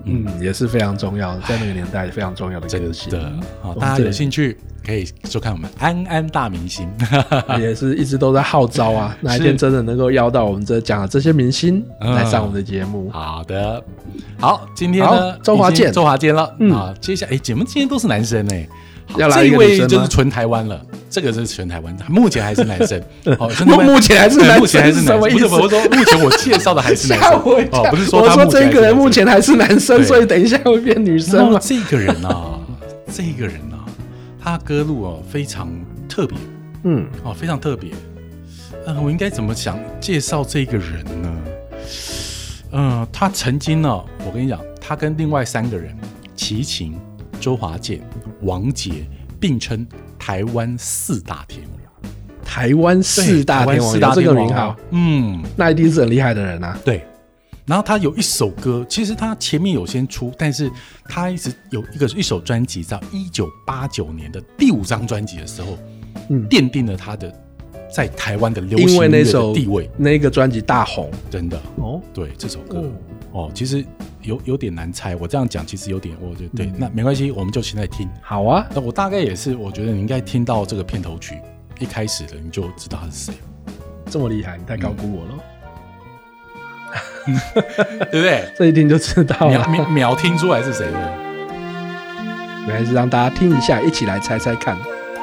嗯，也是非常重要的，在那个年代非常重要的歌曲。 真的，好，大家有兴趣可以收看我们安安大明星， 也是一直都在号召啊，哪一天真的能够邀到我们这讲的这些明星来上我们的节目。 嗯、好的，好，今天呢， 周华健， 周华健了、嗯、啊，接下来，哎，节目今天都是男生哎。 要来这一位就是纯台湾了，这个是纯台湾，目前还是男生。哦， 目前还是男生， 目前还是男生。不是，我说目前我介绍的还是男生。哦，不是说他我说这个人目前还是男生，所以等一下会变女生嘛。 这个人啊，这个人啊，他的歌路哦非常特别，嗯，哦非常特别。呃，我应该怎么想介绍这个人呢？嗯、呃，他曾经呢，我跟你讲，他跟另外三个人，齐秦、周华健、王杰并称台湾四大天王。 台湾四大天王，有这个名号， 嗯， 那一定是很厉害的人啊。 对，然后他有一首歌，其实他前面有先出，但是他一直有一个一首专辑，在一九八九年的第五张专辑的时候，嗯，奠定了他的在台湾的流行音乐的地位。 那个专辑大红， 真的哦。对，这首歌、嗯、哦，其实有有点难猜。我这样讲其实有点，我觉得对、嗯，那没关系，我们就现在听。 好啊， 那我大概也是，我觉得你应该听到这个片头曲一开始的，你就知道他是谁。 这么厉害，你太高估我了。 嗯对不对？ 这一听就知道了， 秒, 秒听出来是谁的。 没关系，让大家听一下，一起来猜猜看。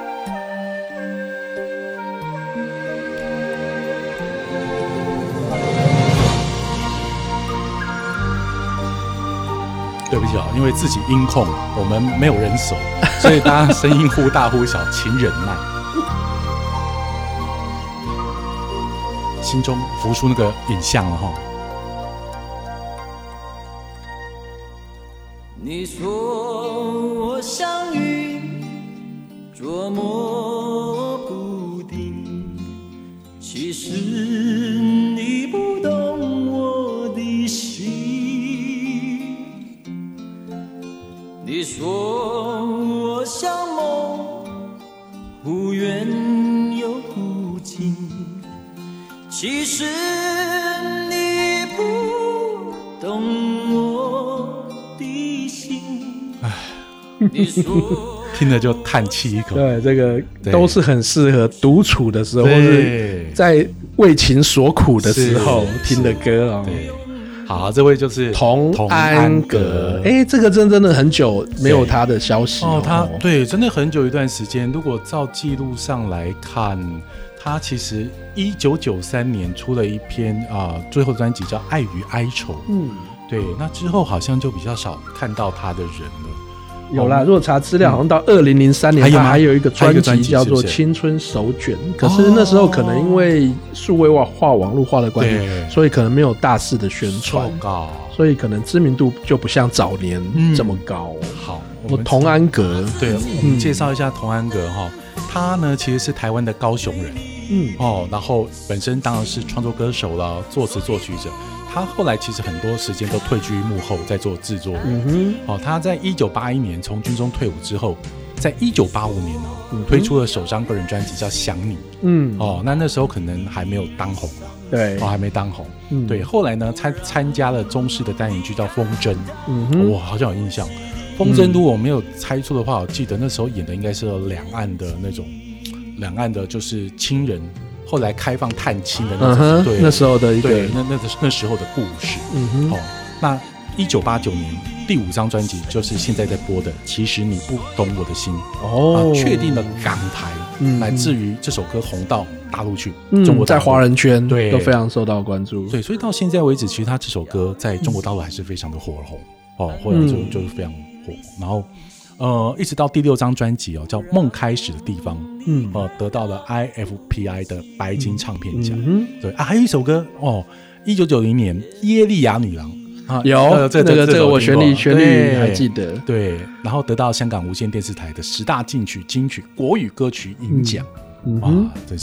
对不起啊，因为自己音控，我们没有人手，所以大家声音忽大忽小，请忍耐。心中浮出那个影像了哈。 你说我像云，捉摸不定，其实你不懂我的心。你说我像梦，忽远又忽近，其实你不懂我的心。你说听了就叹气一口。 对，这个都是很适合独处的时候，或是在为情所苦的时候听的歌哦。 对，好，这位就是童安格。哎，这个真真的很久没有他的消息哦。 哦他对，真的很久一段时间。如果照记录上来看，他其实一九九三年出了一篇啊、呃，最后专辑叫《爱与哀愁》。嗯，对，那之后好像就比较少看到他的人了。 有啦，如果查资料，好像到二零零三年，他还有一个专辑叫做《青春手卷》，可是那时候可能因为数位化、网络化的关系，所以可能没有大肆的宣传，所以可能知名度就不像早年这么高。嗯、 好， 我童安格， 对，我们介绍一下童安格哈，他呢其实是台湾的高雄人，嗯哦，然后本身当然是创作歌手啦，作词作曲者。他后来其实很多时间都退居幕后，在做制作人。嗯哼，哦，他在一九八一年从军中退伍之后，在一九八五年呢、嗯，推出了首张个人专辑叫《想你》。嗯，哦，那那时候可能还没有当红啊， 对， 哦，还没当红。嗯，对，后来呢，参参加了中视的单元剧叫《风筝》。嗯哼，我、哦、好像有印象，《风筝》如果我没有猜错的话，我记得那时候演的应该是两岸的那种，两岸的就是亲人。后来开放探亲的那种、uh-huh, 对那时候的一个对那那那时候的故事。嗯哼，哦，那一九八九年第五张专辑就是现在在播的《其实你不懂我的心》哦，确、啊、定了港台，嗯，乃至于这首歌红到大陆去，嗯、中国大陆在华人圈对都非常受到关注。 对，所以到现在为止，其实他这首歌在中国大陆还是非常的火红、嗯、哦，后来就就是非常火，然后。呃，一直到第六张专辑哦，叫《梦开始的地方》，嗯，呃，得到了 I F P I 的白金唱片奖。嗯，对啊，还有一首歌哦，一九九零年《耶利亚女郎》啊， 有、呃、这个这个我旋律旋律还记得。 对，然后得到香港无线电视台的十大金曲金曲国语歌曲银奖。嗯，哇，真是！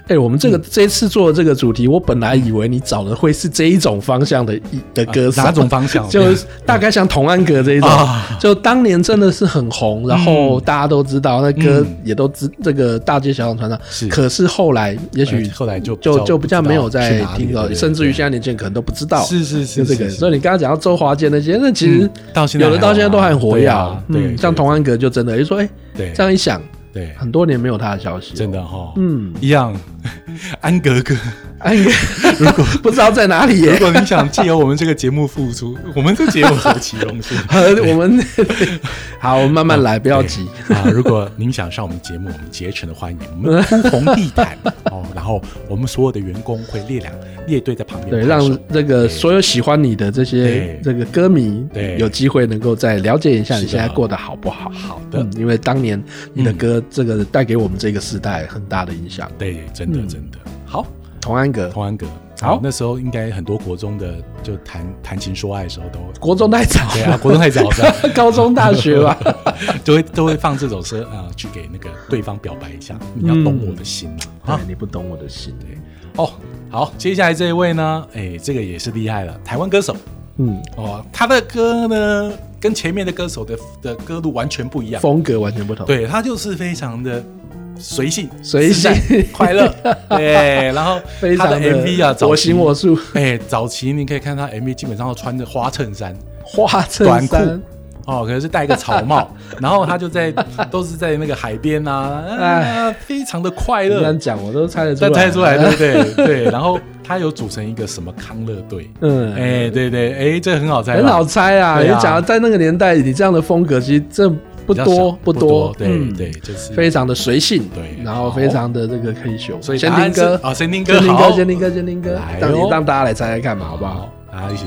哎、欸，我们这个、嗯、这一次做的这个主题，我本来以为你找的会是这一种方向的的歌手、 啊，哪种方向？ 就是大概像童安格这一种、啊，就当年真的是很红，然后大家都知道，那歌也都知、嗯、这个大街小巷传唱。是，可是后来也许后来就就就比较没有在听了，甚至于现在年轻人可能都不知道。 是是是， 就这个。所以你刚刚讲到周华健那些，那其实到现在有的到现在都还很活跃。 对， 嗯，像童安格就真的就说，哎、欸，这样一想。 对， 很多年没有他的消息、哦， 真的哈、哦，嗯，一样。安格哥， 安格，如果不知道在哪里耶， 如果你想借由我们这个节目付出，我们这节目何其荣幸。 我们好，我们慢慢来，不要急啊。如果您想上我们节目，我们竭诚的欢迎，我们铺红地毯哦，然后我们所有的员工会列两列队在旁边， 对，让这个所有喜欢你的这些这个歌迷，对，有机会能够再了解一下你现在过得好不好。 好的、嗯， 因为当年你的歌、嗯、这个带给我们这个时代很大的影响。 对，真的、嗯、真的好。 童安格， 童安格，好，那时候应该很多国中的就谈谈情说爱的时候都， 国中太早， 对啊，国中太早了， 高中大学吧， 都会都会放这首歌啊、呃，去给那个对方表白一下，你要懂我的心嘛、 嗯，对，你不懂我的心，对， 哦，好，接下来这一位呢，哎，这个也是厉害了，台湾歌手，嗯，哦，他的歌呢跟前面的歌手的的歌路完全不一样， 风格完全不同， 对，他就是非常的。随性， 随性， 快乐，对，然后他的 M V 啊， 我行我素， 哎，早期你可以看他 M V， 基本上都穿着花衬衫、 花衬短裤，哦，可能是戴一个草帽，然后他就在都是在那个海边啊，啊，非常的快乐。 这样讲我都猜得出来， 猜得出来，对不对？对，然后他有组成一个什么康乐队，嗯，哎，对对，哎，这很好猜， 很好猜啊！你讲在那个年代，你这样的风格，其实这。不多不多， 对、嗯、对，就是非常的随性， 对， 然后非常的这个可以秀。 所以先听歌啊，先听歌， 先听歌，先听歌，先听歌，让你哦让大家来猜猜看嘛，好不好？ 大家一起。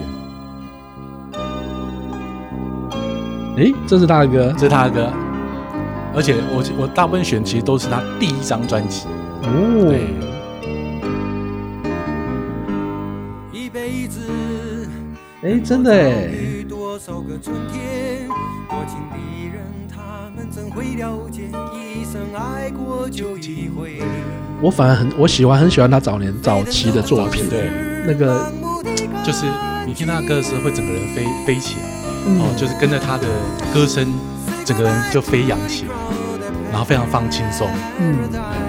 诶，这是他的歌， 这是他的歌，而且我我大部分选其实都是他第一张专辑哦。对。 一辈子， 哎，真的哎。 多少个春天，多情的人他们怎会了解，一生爱过就一回。 我反而很我喜欢很喜欢他早年早期的作品， 对， 那个就是你听他的歌的时候会整个人飞飞起来，嗯、哦，就是跟着他的歌声，整个人就飞扬起来，然后非常放轻松，嗯。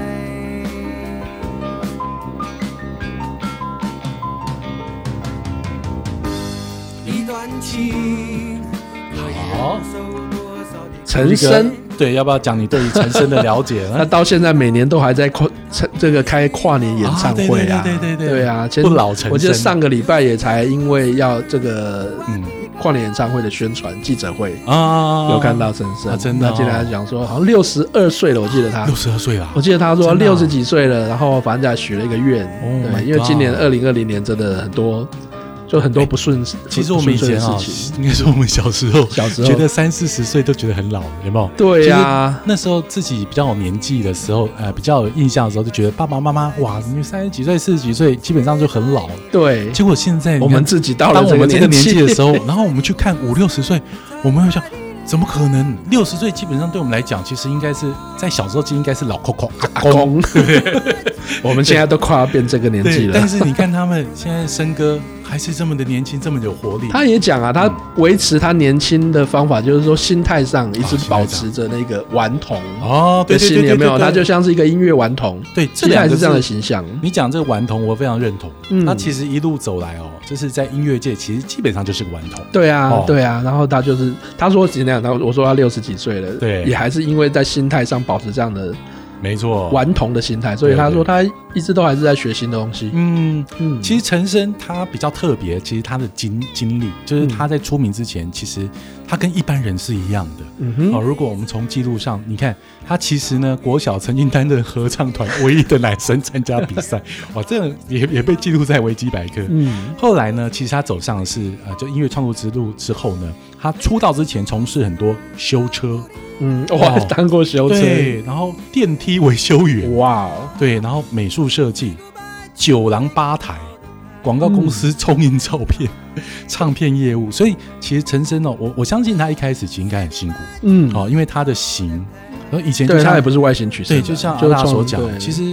好， 陈升， 对，要不要讲你对于陈升的了解呢？ 他到现在每年都还在跨这个开跨年演唱会啊， 对对对对对啊， 不老陈升。 我记得上个礼拜也才因为要这个嗯跨年演唱会的宣传记者会啊，有看到陈升， 啊、真的、哦。 那记得他讲说，好像六十二岁了，我记得他六十二岁了， 我记得他说六十几岁了，然后反正还许了一个愿，哦、对，因为今年二零二零年真的很多。就很多不顺、欸， 其实我们以前啊，应该说我们小时候， 小时候觉得三四十岁都觉得很老了，有没有？ 对呀、啊， 那时候自己比较有年纪的时候，呃，比较有印象的时候，就觉得爸爸妈妈哇，你三十几岁、四十几岁，基本上就很老了。 对， 结果现在我们自己到了这个年纪的时候，然后我们去看五六十岁，我们会想。怎么可能？六十岁基本上对我们来讲，其实应该是在小时候就应该是老 Coco 阿公。我们现在都快要变这个年纪了。 但是你看他们现在生哥还是这么的年轻，这么有活力。 他也讲啊，他维持他年轻的方法，就是说心态上一直保持着那个顽童哦的心，有没有？他就像是一个音乐顽童。 对， 这两个是这样的形象。 你讲这个顽童，我非常认同。嗯，他其实一路走来哦，就是在音乐界，其实基本上就是个顽童。 对啊，哦、对啊。然后他就是他说怎样，我说他六十几岁了， 对， 也还是因为在心态上保持这样的。 没错， 顽童的心态，所以他说他一直都还是在学新的东西。 嗯嗯，其实陈升他比较特别，其实他的经经历，就是他在出名之前，嗯、其实他跟一般人是一样的。嗯哼，哦，如果我们从记录上，你看他其实呢，国小曾经担任合唱团唯一的男生参加比赛，哇，这样也也被记录在维基百科。嗯，后来呢，其实他走上的是呃，就音乐创作之路之后呢，他出道之前从事很多修车。 嗯，哇，当过修车， 对，然后电梯维修员， 哇， 对，然后美术设计，酒廊吧台，广告公司冲印照片，嗯、唱片业务，所以其实陈升哦，我我相信他一开始其实应该很辛苦，嗯，哦，因为他的型，然后以前就对他也不是外形取胜， 对，就像阿大所讲，其实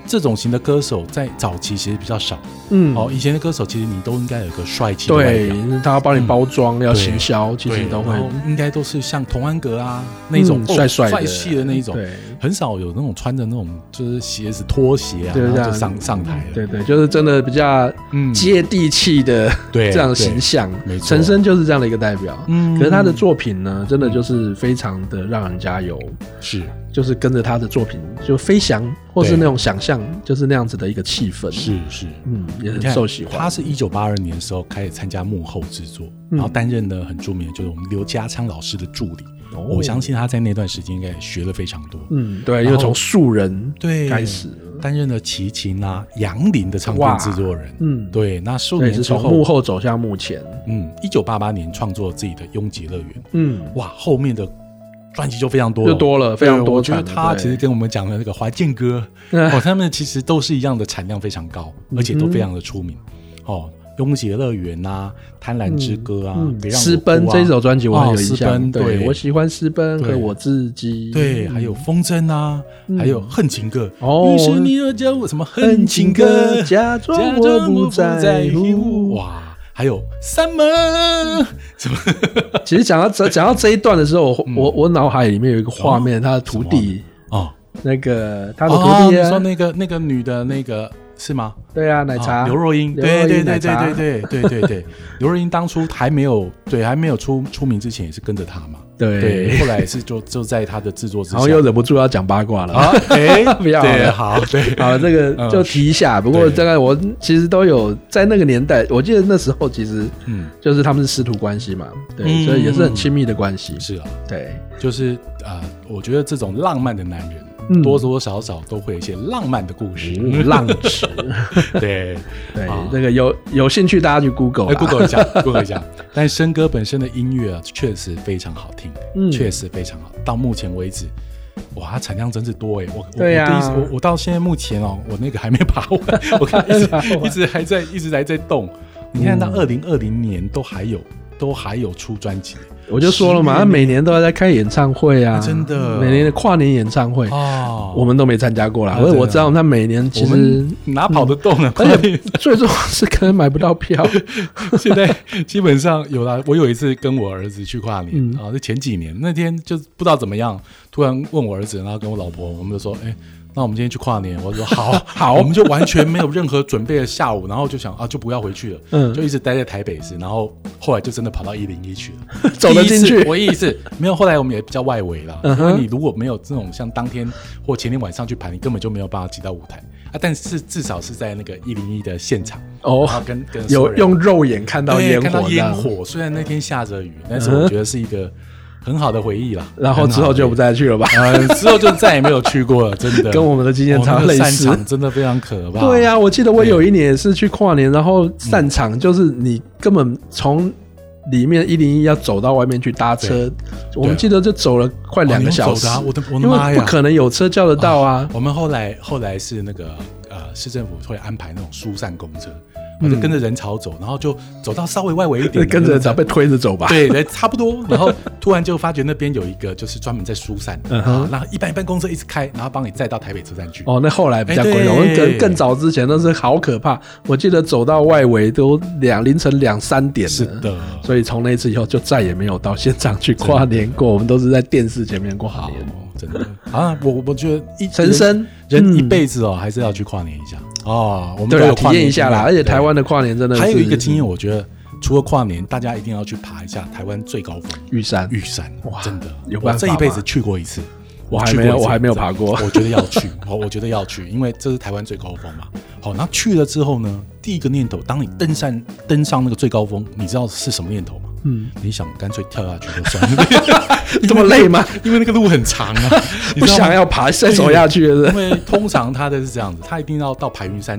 这种型的歌手在早期其实比较少，嗯，哦，以前的歌手其实你都应该有个帅气的外表， 对，他要帮你包装，嗯、要行销，其实都会， 应该都是像童安格啊那种帅帅帅气的那一种， 对， 很少有那种穿着那种就是鞋子拖鞋啊，然后就上上台了， 对对，就是真的比较接地气的、嗯、这样的形象，没错，陈升就是这样的一个代表，嗯，可是他的作品呢，真的就是非常的让人家有是。 就是跟着他的作品就飞翔，或是那种想象，就是那样子的一个气氛， 是是， 嗯，也很受喜欢。 他是一九八二年的时候开始参加幕后制作，嗯、然后担任了很著名的就是我们刘家昌老师的助理。哦、我相信他在那段时间应该也学了非常多。 嗯，对，因为从素人对开始担任了齐秦啊、杨林的唱片制作人。嗯，对，那数年之后从幕后走向幕前。 嗯，一九八八年创作自己的《拥挤乐园》。嗯，哇，后面的。专辑就非常多了， 就多了，非常多。 我觉得他其实跟我们讲的那个怀建哥，哦，他们其实都是一样的产量非常高，而且都非常的出名。哦，拥挤乐园啊，贪婪之歌啊，别让我哭啊， 私奔这首专辑我很有印象， 哦、 对，我喜欢私奔和我自己， 对，还有风筝啊，嗯、还有恨情歌。哦，于是你要叫我什么恨情歌， 假装我不在乎。 哇！还有三门什么？ 其实讲到讲到这一段的时候，嗯、我我脑海里面有一个画面，哦、他的徒弟哦，那个他的徒弟、啊，哦、 你说那个那个女的那个是吗？ 对啊，奶茶刘、哦、若英，对对对对对对对对对，刘若英当初还没有对还没有出出名之前也是跟着他嘛。 对, 对，后来是就就在他的制作之下， 然后又忍不住要讲八卦了啊！哎， 不要对，好，对， 好，这个就提一下。嗯、不过大概我其实都有在那个年代，我记得那时候其实嗯，就是他们是师徒关系嘛，对，嗯、所以也是很亲密的关系。 是啊， 对， 就是呃，我觉得这种浪漫的男人。嗯、多多少少都会有一些浪漫的故事， 嗯、浪子， 对对，那个有有兴趣大家去 Google， Google 一下 ，Google 一下。但升哥本身的音乐啊，确实非常好听，嗯、确实非常好。到目前为止，哇，它产量真是多哎！我对呀、 啊，我我到现在目前哦，我那个还没爬完，我看一直一直还在一直还在动。你看到二零二零年都还有都还有出专辑。 我就说了嘛，他每年都在开演唱会啊， 真的， 每年的跨年演唱会哦，我们都没参加过啦。所以我知道他每年其实哪跑得动啊， 而且最重要是可能买不到票。 现在基本上有啦，我有一次跟我儿子去跨年、嗯、啊，是前几年那天就不知道怎么样，突然问我儿子，然后跟我老婆，我们就说，哎、欸。那我们今天去跨年，我说好好，我们就完全没有任何准备的下午，然后就想啊，就不要回去了，嗯，就一直待在台北市，然后后来就真的跑到一零一去了， 走得进去。 唯一一次没有，后来我们也比较外围了，嗯、因为你如果没有这种像当天或前天晚上去排，你根本就没有办法挤到舞台啊。但是至少是在那个一零一的现场哦，然后跟跟有用肉眼看到烟火， 看到烟火。虽然那天下着雨，但是我觉得是一个。很好的回忆啦， 然后之后就不再去了吧？ 呃，之后就再也没有去过了，真的。 跟我们的经验差类似， 散场真的非常可怕。 对呀、啊，我记得我有一年也是去跨年，然后散场就是你根本从里面一零一要走到外面去搭车，我们记得就走了快两个小时。 哦、我的我的妈呀！ 因为不可能有车叫得到啊。 哦、我们后来后来是那个呃市政府会安排那种疏散公车。我就跟着人潮走，然后就走到稍微外围一点， 跟着人潮被推着走吧。 对，差不多。然后突然就发觉那边有一个就是专门在疏散，嗯哼，然后一般一般公车一直开，然后帮你载到台北车站去。 哦，那后来比较贵了。我们更更早之前那是好可怕，我记得走到外围都两凌晨两三点了。 是的， 所以从那次以后就再也没有到现场去跨年过，我们都是在电视前面跨年。 真的啊，我我觉得一陈升人一辈子哦，还是要去跨年一下哦。我们都有体验一下啦，而且台湾的跨年真的是还有一个经验，我觉得除了跨年，大家一定要去爬一下台湾最高峰玉山。 玉山哇，真的有办法， 我这一辈子去过一次， 我还没有，我还没有爬过。 我觉得要去，我我觉得要去，因为这是台湾最高峰嘛。好，那去了之后呢，第一个念头，当你登上登上那个最高峰，你知道是什么念头吗？嗯，你想干脆跳下去就算了。 这么累吗？ 因为那个路很长啊， 不想要爬再走下去的。 因为通常他的是这样子，他一定要到排云山庄，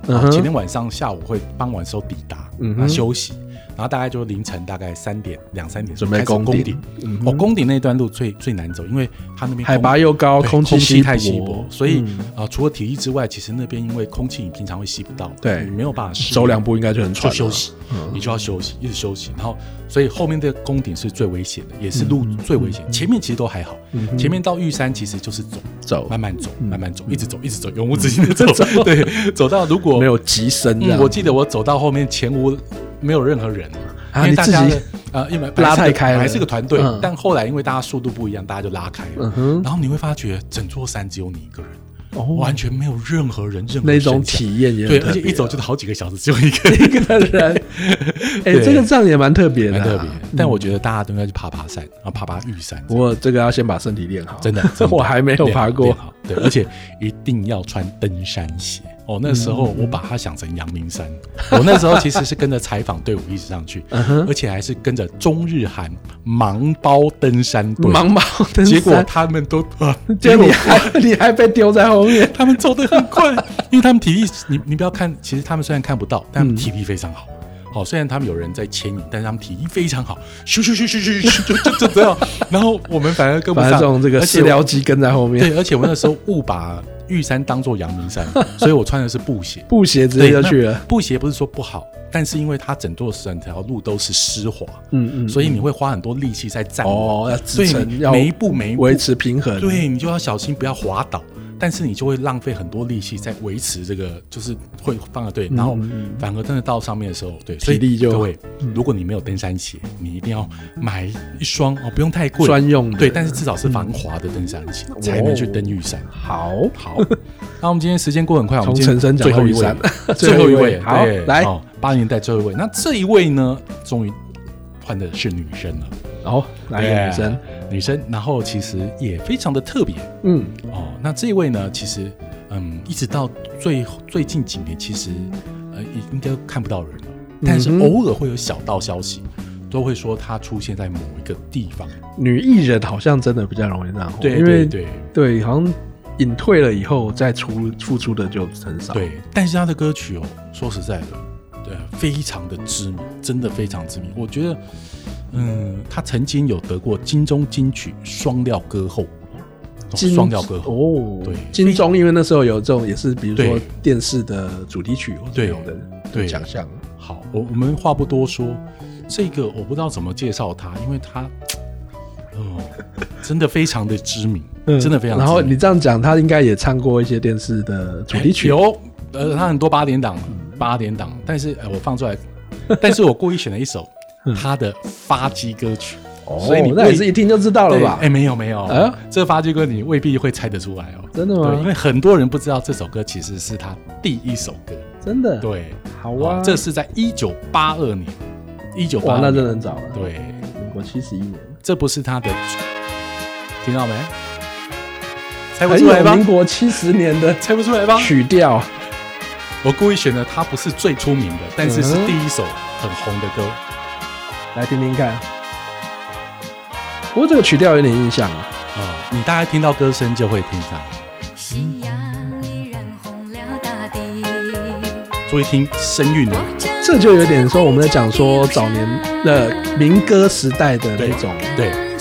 然后前天晚上下午会傍晚时候抵达， 嗯那休息。然后大概就凌晨大概三点两三点准备攻顶， 嗯、哦，攻顶那段路最最难走，因为它那边海拔又高，空气气太稀薄，所以、 嗯呃、除了体力之外，其实那边因为空气你平常会吸不到， 对， 你没有办法吸， 走两步应该就很喘， 就休息、嗯，你就要休息，一直休息。然后，所以后面的攻顶是最危险的，也是路最危险。嗯、前面其实都还好，嗯、前面到玉山其实就是走走， 慢慢走，慢慢走，一直走，一直走，永无止境的走，对，走到如果没有急升、嗯， 我记得我走到后面前无没有任何人。 啊、 因为大家你自己呃，因为拉太开了， 还是个团队、 嗯， 但后来因为大家速度不一样，大家就拉开了。嗯、然后你会发觉整座山只有你一个人，哦、完全没有任何人，任何那种体验也对，而且一走就是好几个小时，只有一个一个人。哎、欸，这个这样也蛮特别的、啊， 蛮特别。但我觉得大家都应该去爬爬山，然后爬爬玉山。 不过这个要先把身体练好， 真的， 真的我还没有爬过。 对，而且一定要穿登山鞋。哦，那时候我把它想成阳明山。嗯、我那时候其实是跟着采访队伍一起上去，嗯、而且还是跟着中日韩盲包登山队。 盲包登山， 结果他们都啊， 结果你还你还被丢在后面。 他们走得很快，因为他们体力，你你不要看，其实他们虽然看不到，但他们体力非常好。好、哦，虽然他们有人在牵引，但是他们体力非常好，咻咻咻咻咻咻，就就就这样。然后我们反而跟不上， 这种这个饲料机跟在后面。 对，而且我那时候误把玉山当作阳明山，所以我穿的是布鞋， 布鞋直接就去了。 布鞋不是说不好，但是因为它整座整条路都是湿滑， 嗯嗯， 所以你会花很多力气在站稳， 哦，要支撑，要每一步每一步维持平衡， 对你就要小心不要滑倒。但是你就会浪费很多力气在维持这个，就是会放的对，然后反而真的到上面的时候，对，所以体力就各位，如果你没有登山鞋，你一定要买一双哦，不用太贵， 专用的， 对，但是至少是防滑的登山鞋，嗯、才能去登玉山。 好好，那我们今天时间过很快，我们今天最后一位，最后一位， 好，来， 八零年代最后一位，那这一位呢，终于换的是女生了。 哦，来个女生， 女生，然后其实也非常的特别，嗯，哦，那这一位呢，其实，嗯，一直到最最近几年，其实，呃，应该看不到人了，但是偶尔会有小道消息，都会说她出现在某一个地方。 女艺人好像真的比较容易这样， 对， 因为对对，好像隐退了以后再出付出的就很少。 对，但是她的歌曲哦，说实在的，对，非常的知名，真的非常知名，我觉得。嗯，他曾经有得过金钟金曲双料歌后，双料歌后哦， 对， 金钟因为那时候有这种也是比如说电视的主题曲或者这种的奖项。 好，我我们话不多说，这个我不知道怎么介绍他，因为他哦，真的非常的知名，嗯、真的非常知名。 然后你这样讲，他应该也唱过一些电视的主题曲， 有，呃，他很多八点档，八点档，但是呃，我放出来，但是我故意选了一首。他的发迹歌曲， 哦、所以你那也是一听就知道了吧？ 哎，没有没有，啊、这个发迹歌你未必会猜得出来哦。 真的吗？ 对，因为很多人不知道这首歌其实是他第一首歌。 真的？ 对， 好啊， 哦、这是在一九八二年，一九八二那真的很早了。 对， 民国七十一年， 这不是他的，听到没？猜不出来吧？ 民国七十年的， 猜不出来吧？ 曲调， 我故意选的，它不是最出名的，但是是第一首很红的歌。 来听听看，不过这个曲调有点印象啊。 哦，你大概听到歌声就会听上。 夕阳依然红了大地。 注意听声韵哦， 这就有点说我们在讲说早年的民歌时代的那种对。对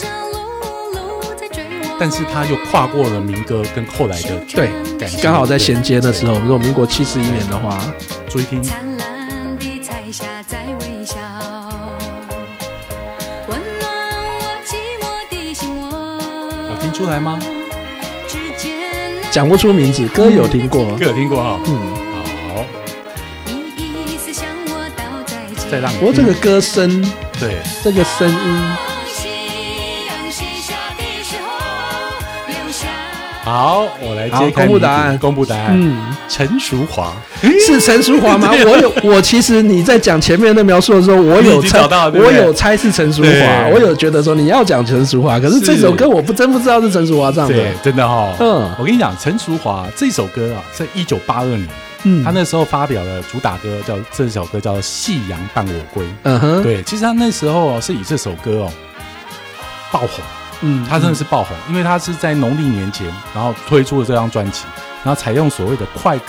但是他又跨过了民歌跟后来的对，刚好在衔接的时候，如果民国七十一年的话， 注意听。有听出来吗？ 讲不出名字，歌有听过， 歌有听过哈。嗯，好。再让你。 不过这个歌声， 对， 这个声音。 好，我来揭开公布答案。 公布答案。嗯，陈淑华是陈淑华吗？我有，我其实你在讲前面的描述的时候，我有猜，我有猜是陈淑华，我有觉得说你要讲陈淑华，可是这首歌我不真不知道是陈淑华唱的。 对，真的哈、哦。 嗯， 我跟你讲，陈淑华这首歌啊，在一九八二年，嗯，他那时候发表了主打歌，叫这首歌叫《夕阳伴我归》。嗯哼，对，其实他那时候是以这首歌哦爆红。嗯，他真的是爆红，因为他是在农历年前，然后推出了这张专辑，然后采用所谓的快歌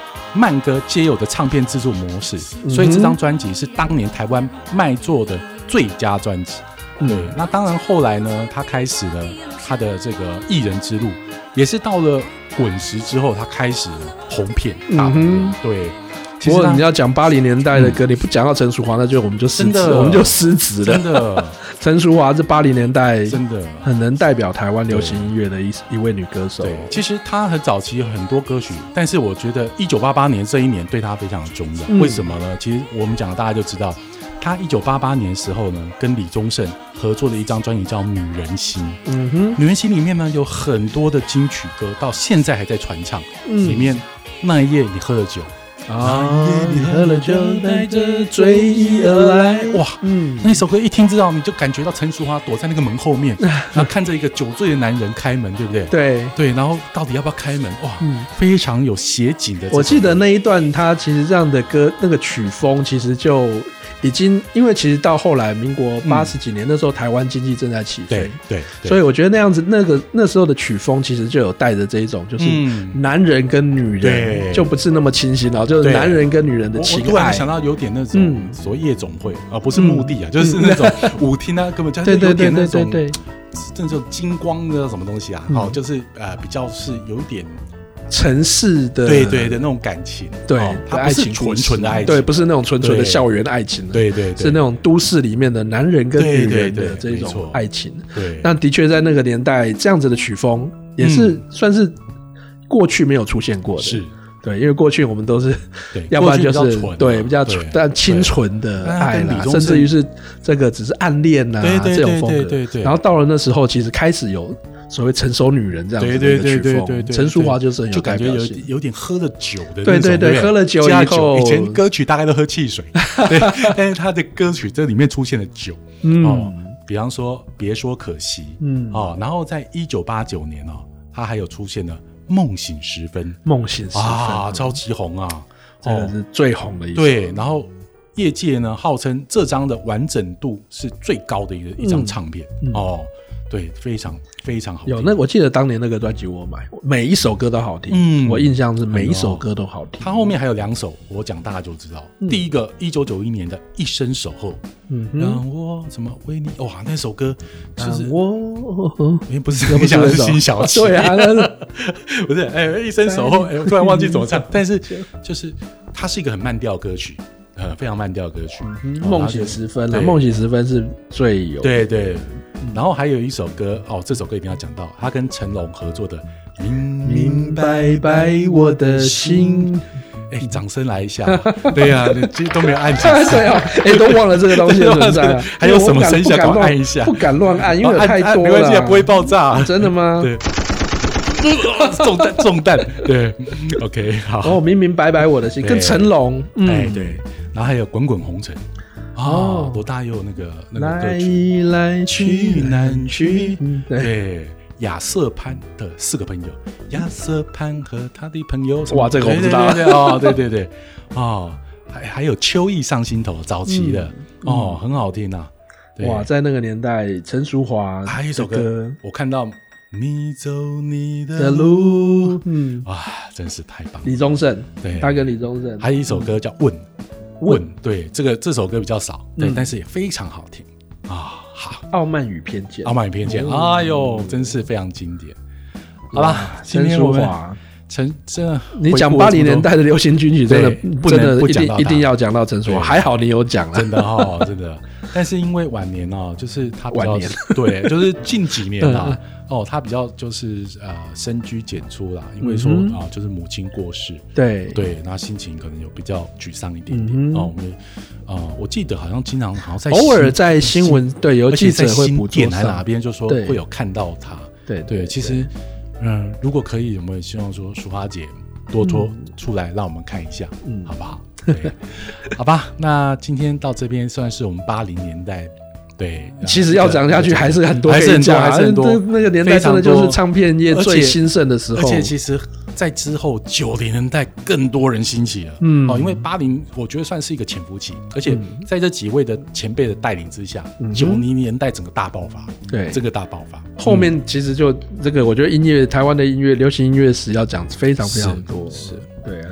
慢歌皆有的唱片制作模式，所以这张专辑是当年台湾卖座的最佳专辑。对，那当然后来呢，他开始了他的这个艺人之路，也是到了滚石之后，他开始红遍大红遍。嗯、对， 不过你要讲八零年代的歌，嗯、你不讲到陈淑桦，那就我们就失职，我们就失职了。 真的， 陈淑桦是八零年代真的很能代表台湾流行音乐的一一位女歌手。 对，其实她很早期有很多歌曲，但是我觉得一九八八年这一年对她非常的重要。嗯、为什么呢？其实我们讲大家就知道。他一九八八年的时候呢，跟李宗盛合作的一张专辑叫《女人心》。嗯哼，《女人心》里面呢有很多的金曲歌，到现在还在传唱。嗯，里面那一夜你喝了酒， 啊，那一夜你喝了酒，带着醉意而来。 哇，嗯，那首歌一听知道，你就感觉到陈淑桦躲在那个门后面，然后看着一个酒醉的男人开门，对不对？ 对对，然后到底要不要开门？哇，嗯、非常有写景的。 我记得那一段，他其实这样的歌，那个曲风其实就。已经，因为其实到后来，民国八十几年、嗯、那时候，台湾经济正在起飞， 对， 对，所以我觉得那样子，那个那时候的曲风其实就有带着这一种，就是男人跟女人就不是那么清新了，就是男人跟女人的情爱。我突然想到有点那种所谓夜总会，而、嗯、不是墓地啊，嗯、就是那种舞厅啊，根本就是有点那种这种金光的什么东西啊，好、嗯，就是呃比较是有一点。 城市的对对的那种感情， 对， 哦、它不是纯纯的爱情， 对，不是那种纯纯的校园爱情， 对对对， 是那种都市里面的男人跟女人的这种爱情。对，那的确在那个年代，这样子的曲风也是算是过去没有出现过的，是。对，因为过去我们都是，要不然就是对比较纯但清纯的爱啦，甚至于是这个只是暗恋啊这种风格。然后到了那时候，其实开始有所谓成熟女人这样子的曲风，陈淑桦就是很有代表性， 就感觉有有点喝了酒的那种， 对对对，喝了酒以后， 以前歌曲大概都喝汽水，对，但是他的歌曲这里面出现了酒，嗯、哦，比方说别说可惜，嗯哦，然后在一九八九年哦，他还有出现了。梦醒时分， 梦醒时分啊，超级红啊， 这个是最红的一首。 对，然后业界呢号称这张的完整度是最高的一个、嗯、一张唱片、嗯、哦。对，非常非常好听。 有那我记得当年那个专辑我买，每一首歌都好听。嗯，我印象是每一首歌都好听。 它后面还有两首，我讲大家就知道。嗯、第一个，一九九一年的《一生守候》，嗯，让我怎么为你？哇，那首歌就是我，哎，不是，你讲的是辛晓琪， 对啊， 不是，哎，《一生守候》，哎，我突然忘记怎么唱，但是就是它是一个很慢调歌曲。呃，非常慢调歌曲， 梦醒时分了，梦醒时分是最有对对。然后还有一首歌哦，这首歌一定要讲到，他跟成龙合作的《明明白白我的心》。哎，掌声来一下！对呀、啊，你其实都没有按几次， 对啊，哎，都忘了这个东西的存在啊。 还有什么声响都按一下， 不敢乱按，因为有太多了。 没关系，不会爆炸、啊。 真的吗？ 对。中弹，中弹，对 ，OK， 好。 哦，明明白白我的心，跟成龙， 嗯，哎，对。然后还有《滚滚红尘》哦，罗大佑那个那个歌曲， 来来去难去，对。亚瑟潘的四个朋友，亚瑟潘和他的朋友， 哇，这个我不知道。 对对对哦，对对对，哦，还还有秋意上心头，早期的、嗯、哦，很好听啊。 哇，在那个年代，陈淑桦还有一首歌，我看到。你走你的路，嗯，哇，真是太棒了！ 李宗盛， 对， 他跟李宗盛， 还有一首歌叫《问》，问，对，这个这首歌比较少，对，嗯、但是也非常好听啊。好， 傲慢与偏见， 傲慢与偏见，哦、哎呦，真是非常经典。好吧， 陈淑桦， 陈这你讲八零年代的流行金曲，真的不能一定一定要讲到陈淑桦，还好你有讲了， 真的哦，真的。但是因为晚年哦，就是他比较晚年对，就是近几年啊。哦，他比较就是呃深居简出啦，因为说啊、嗯呃、就是母亲过世， 对对，那心情可能有比较沮丧一点点、嗯、哦。我们啊、呃，我记得好像经常好像在偶尔在新闻对有记者会捕捉上哪边就说会有看到他， 对对, 对，其实嗯、呃，如果可以，有没有希望说淑桦姐多拖出来让我们看一下，嗯，好不好？对，好吧，那今天到这边算是我们八零年代。对， 其实要讲下去还是很多可以讲， 还是很多，还是很多。 那个年代真的就是唱片业最兴盛的时候， 而且其实，在之后九零年代更多人兴起了，嗯，哦，因为八零我觉得算是一个潜伏期，而且在这几位的前辈的带领之下，九零年代整个大爆发，对，这个大爆发， 后面其实就这个，我觉得音乐台湾的音乐流行音乐史要讲非常非常多，是。对啊，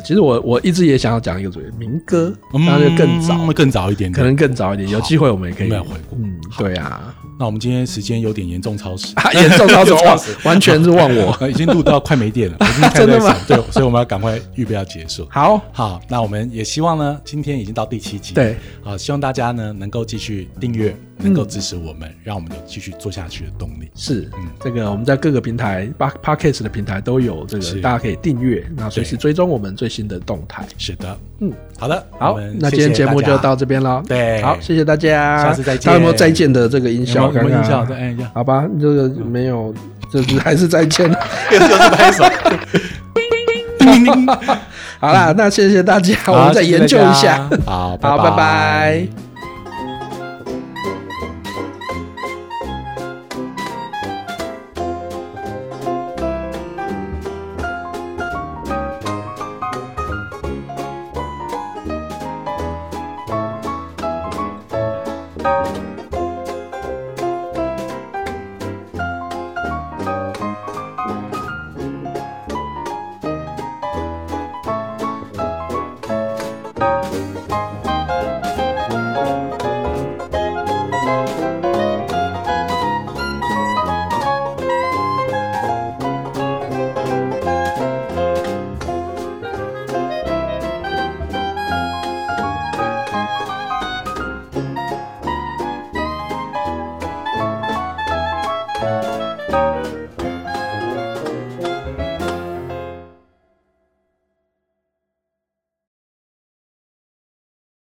其实我我一直也想要讲一个主题，民歌，那就更早、 嗯、更早一点点， 可能更早一点，有机会我们也可以没有回顾。 嗯，对啊。 那我们今天时间有点严重超时， 啊、严重超时，完全是忘我， 已经录到快没电了，我已经开始在想，对，所以我们要赶快预备要结束。 好， 好，那我们也希望呢，今天已经到第七集， 对， 好，希望大家呢能够继续订阅，能够支持我们，嗯、让我们有继续做下去的动力。 是，嗯，这个我们在各个平台 ，Podcast 的平台都有这个，大家可以订阅，那随时追踪我们最新的动态。 是的， 嗯， 好的， 好，那今天节目就到这边了。 对， 好，谢谢大家， 下次再见。 大家有没有再见的这个音效？ 有没有音效？再按一下。 好吧，这个没有，就是还是再见。 又是拍手。 好啦，那谢谢大家，我们再研究一下。 好， 好，拜拜。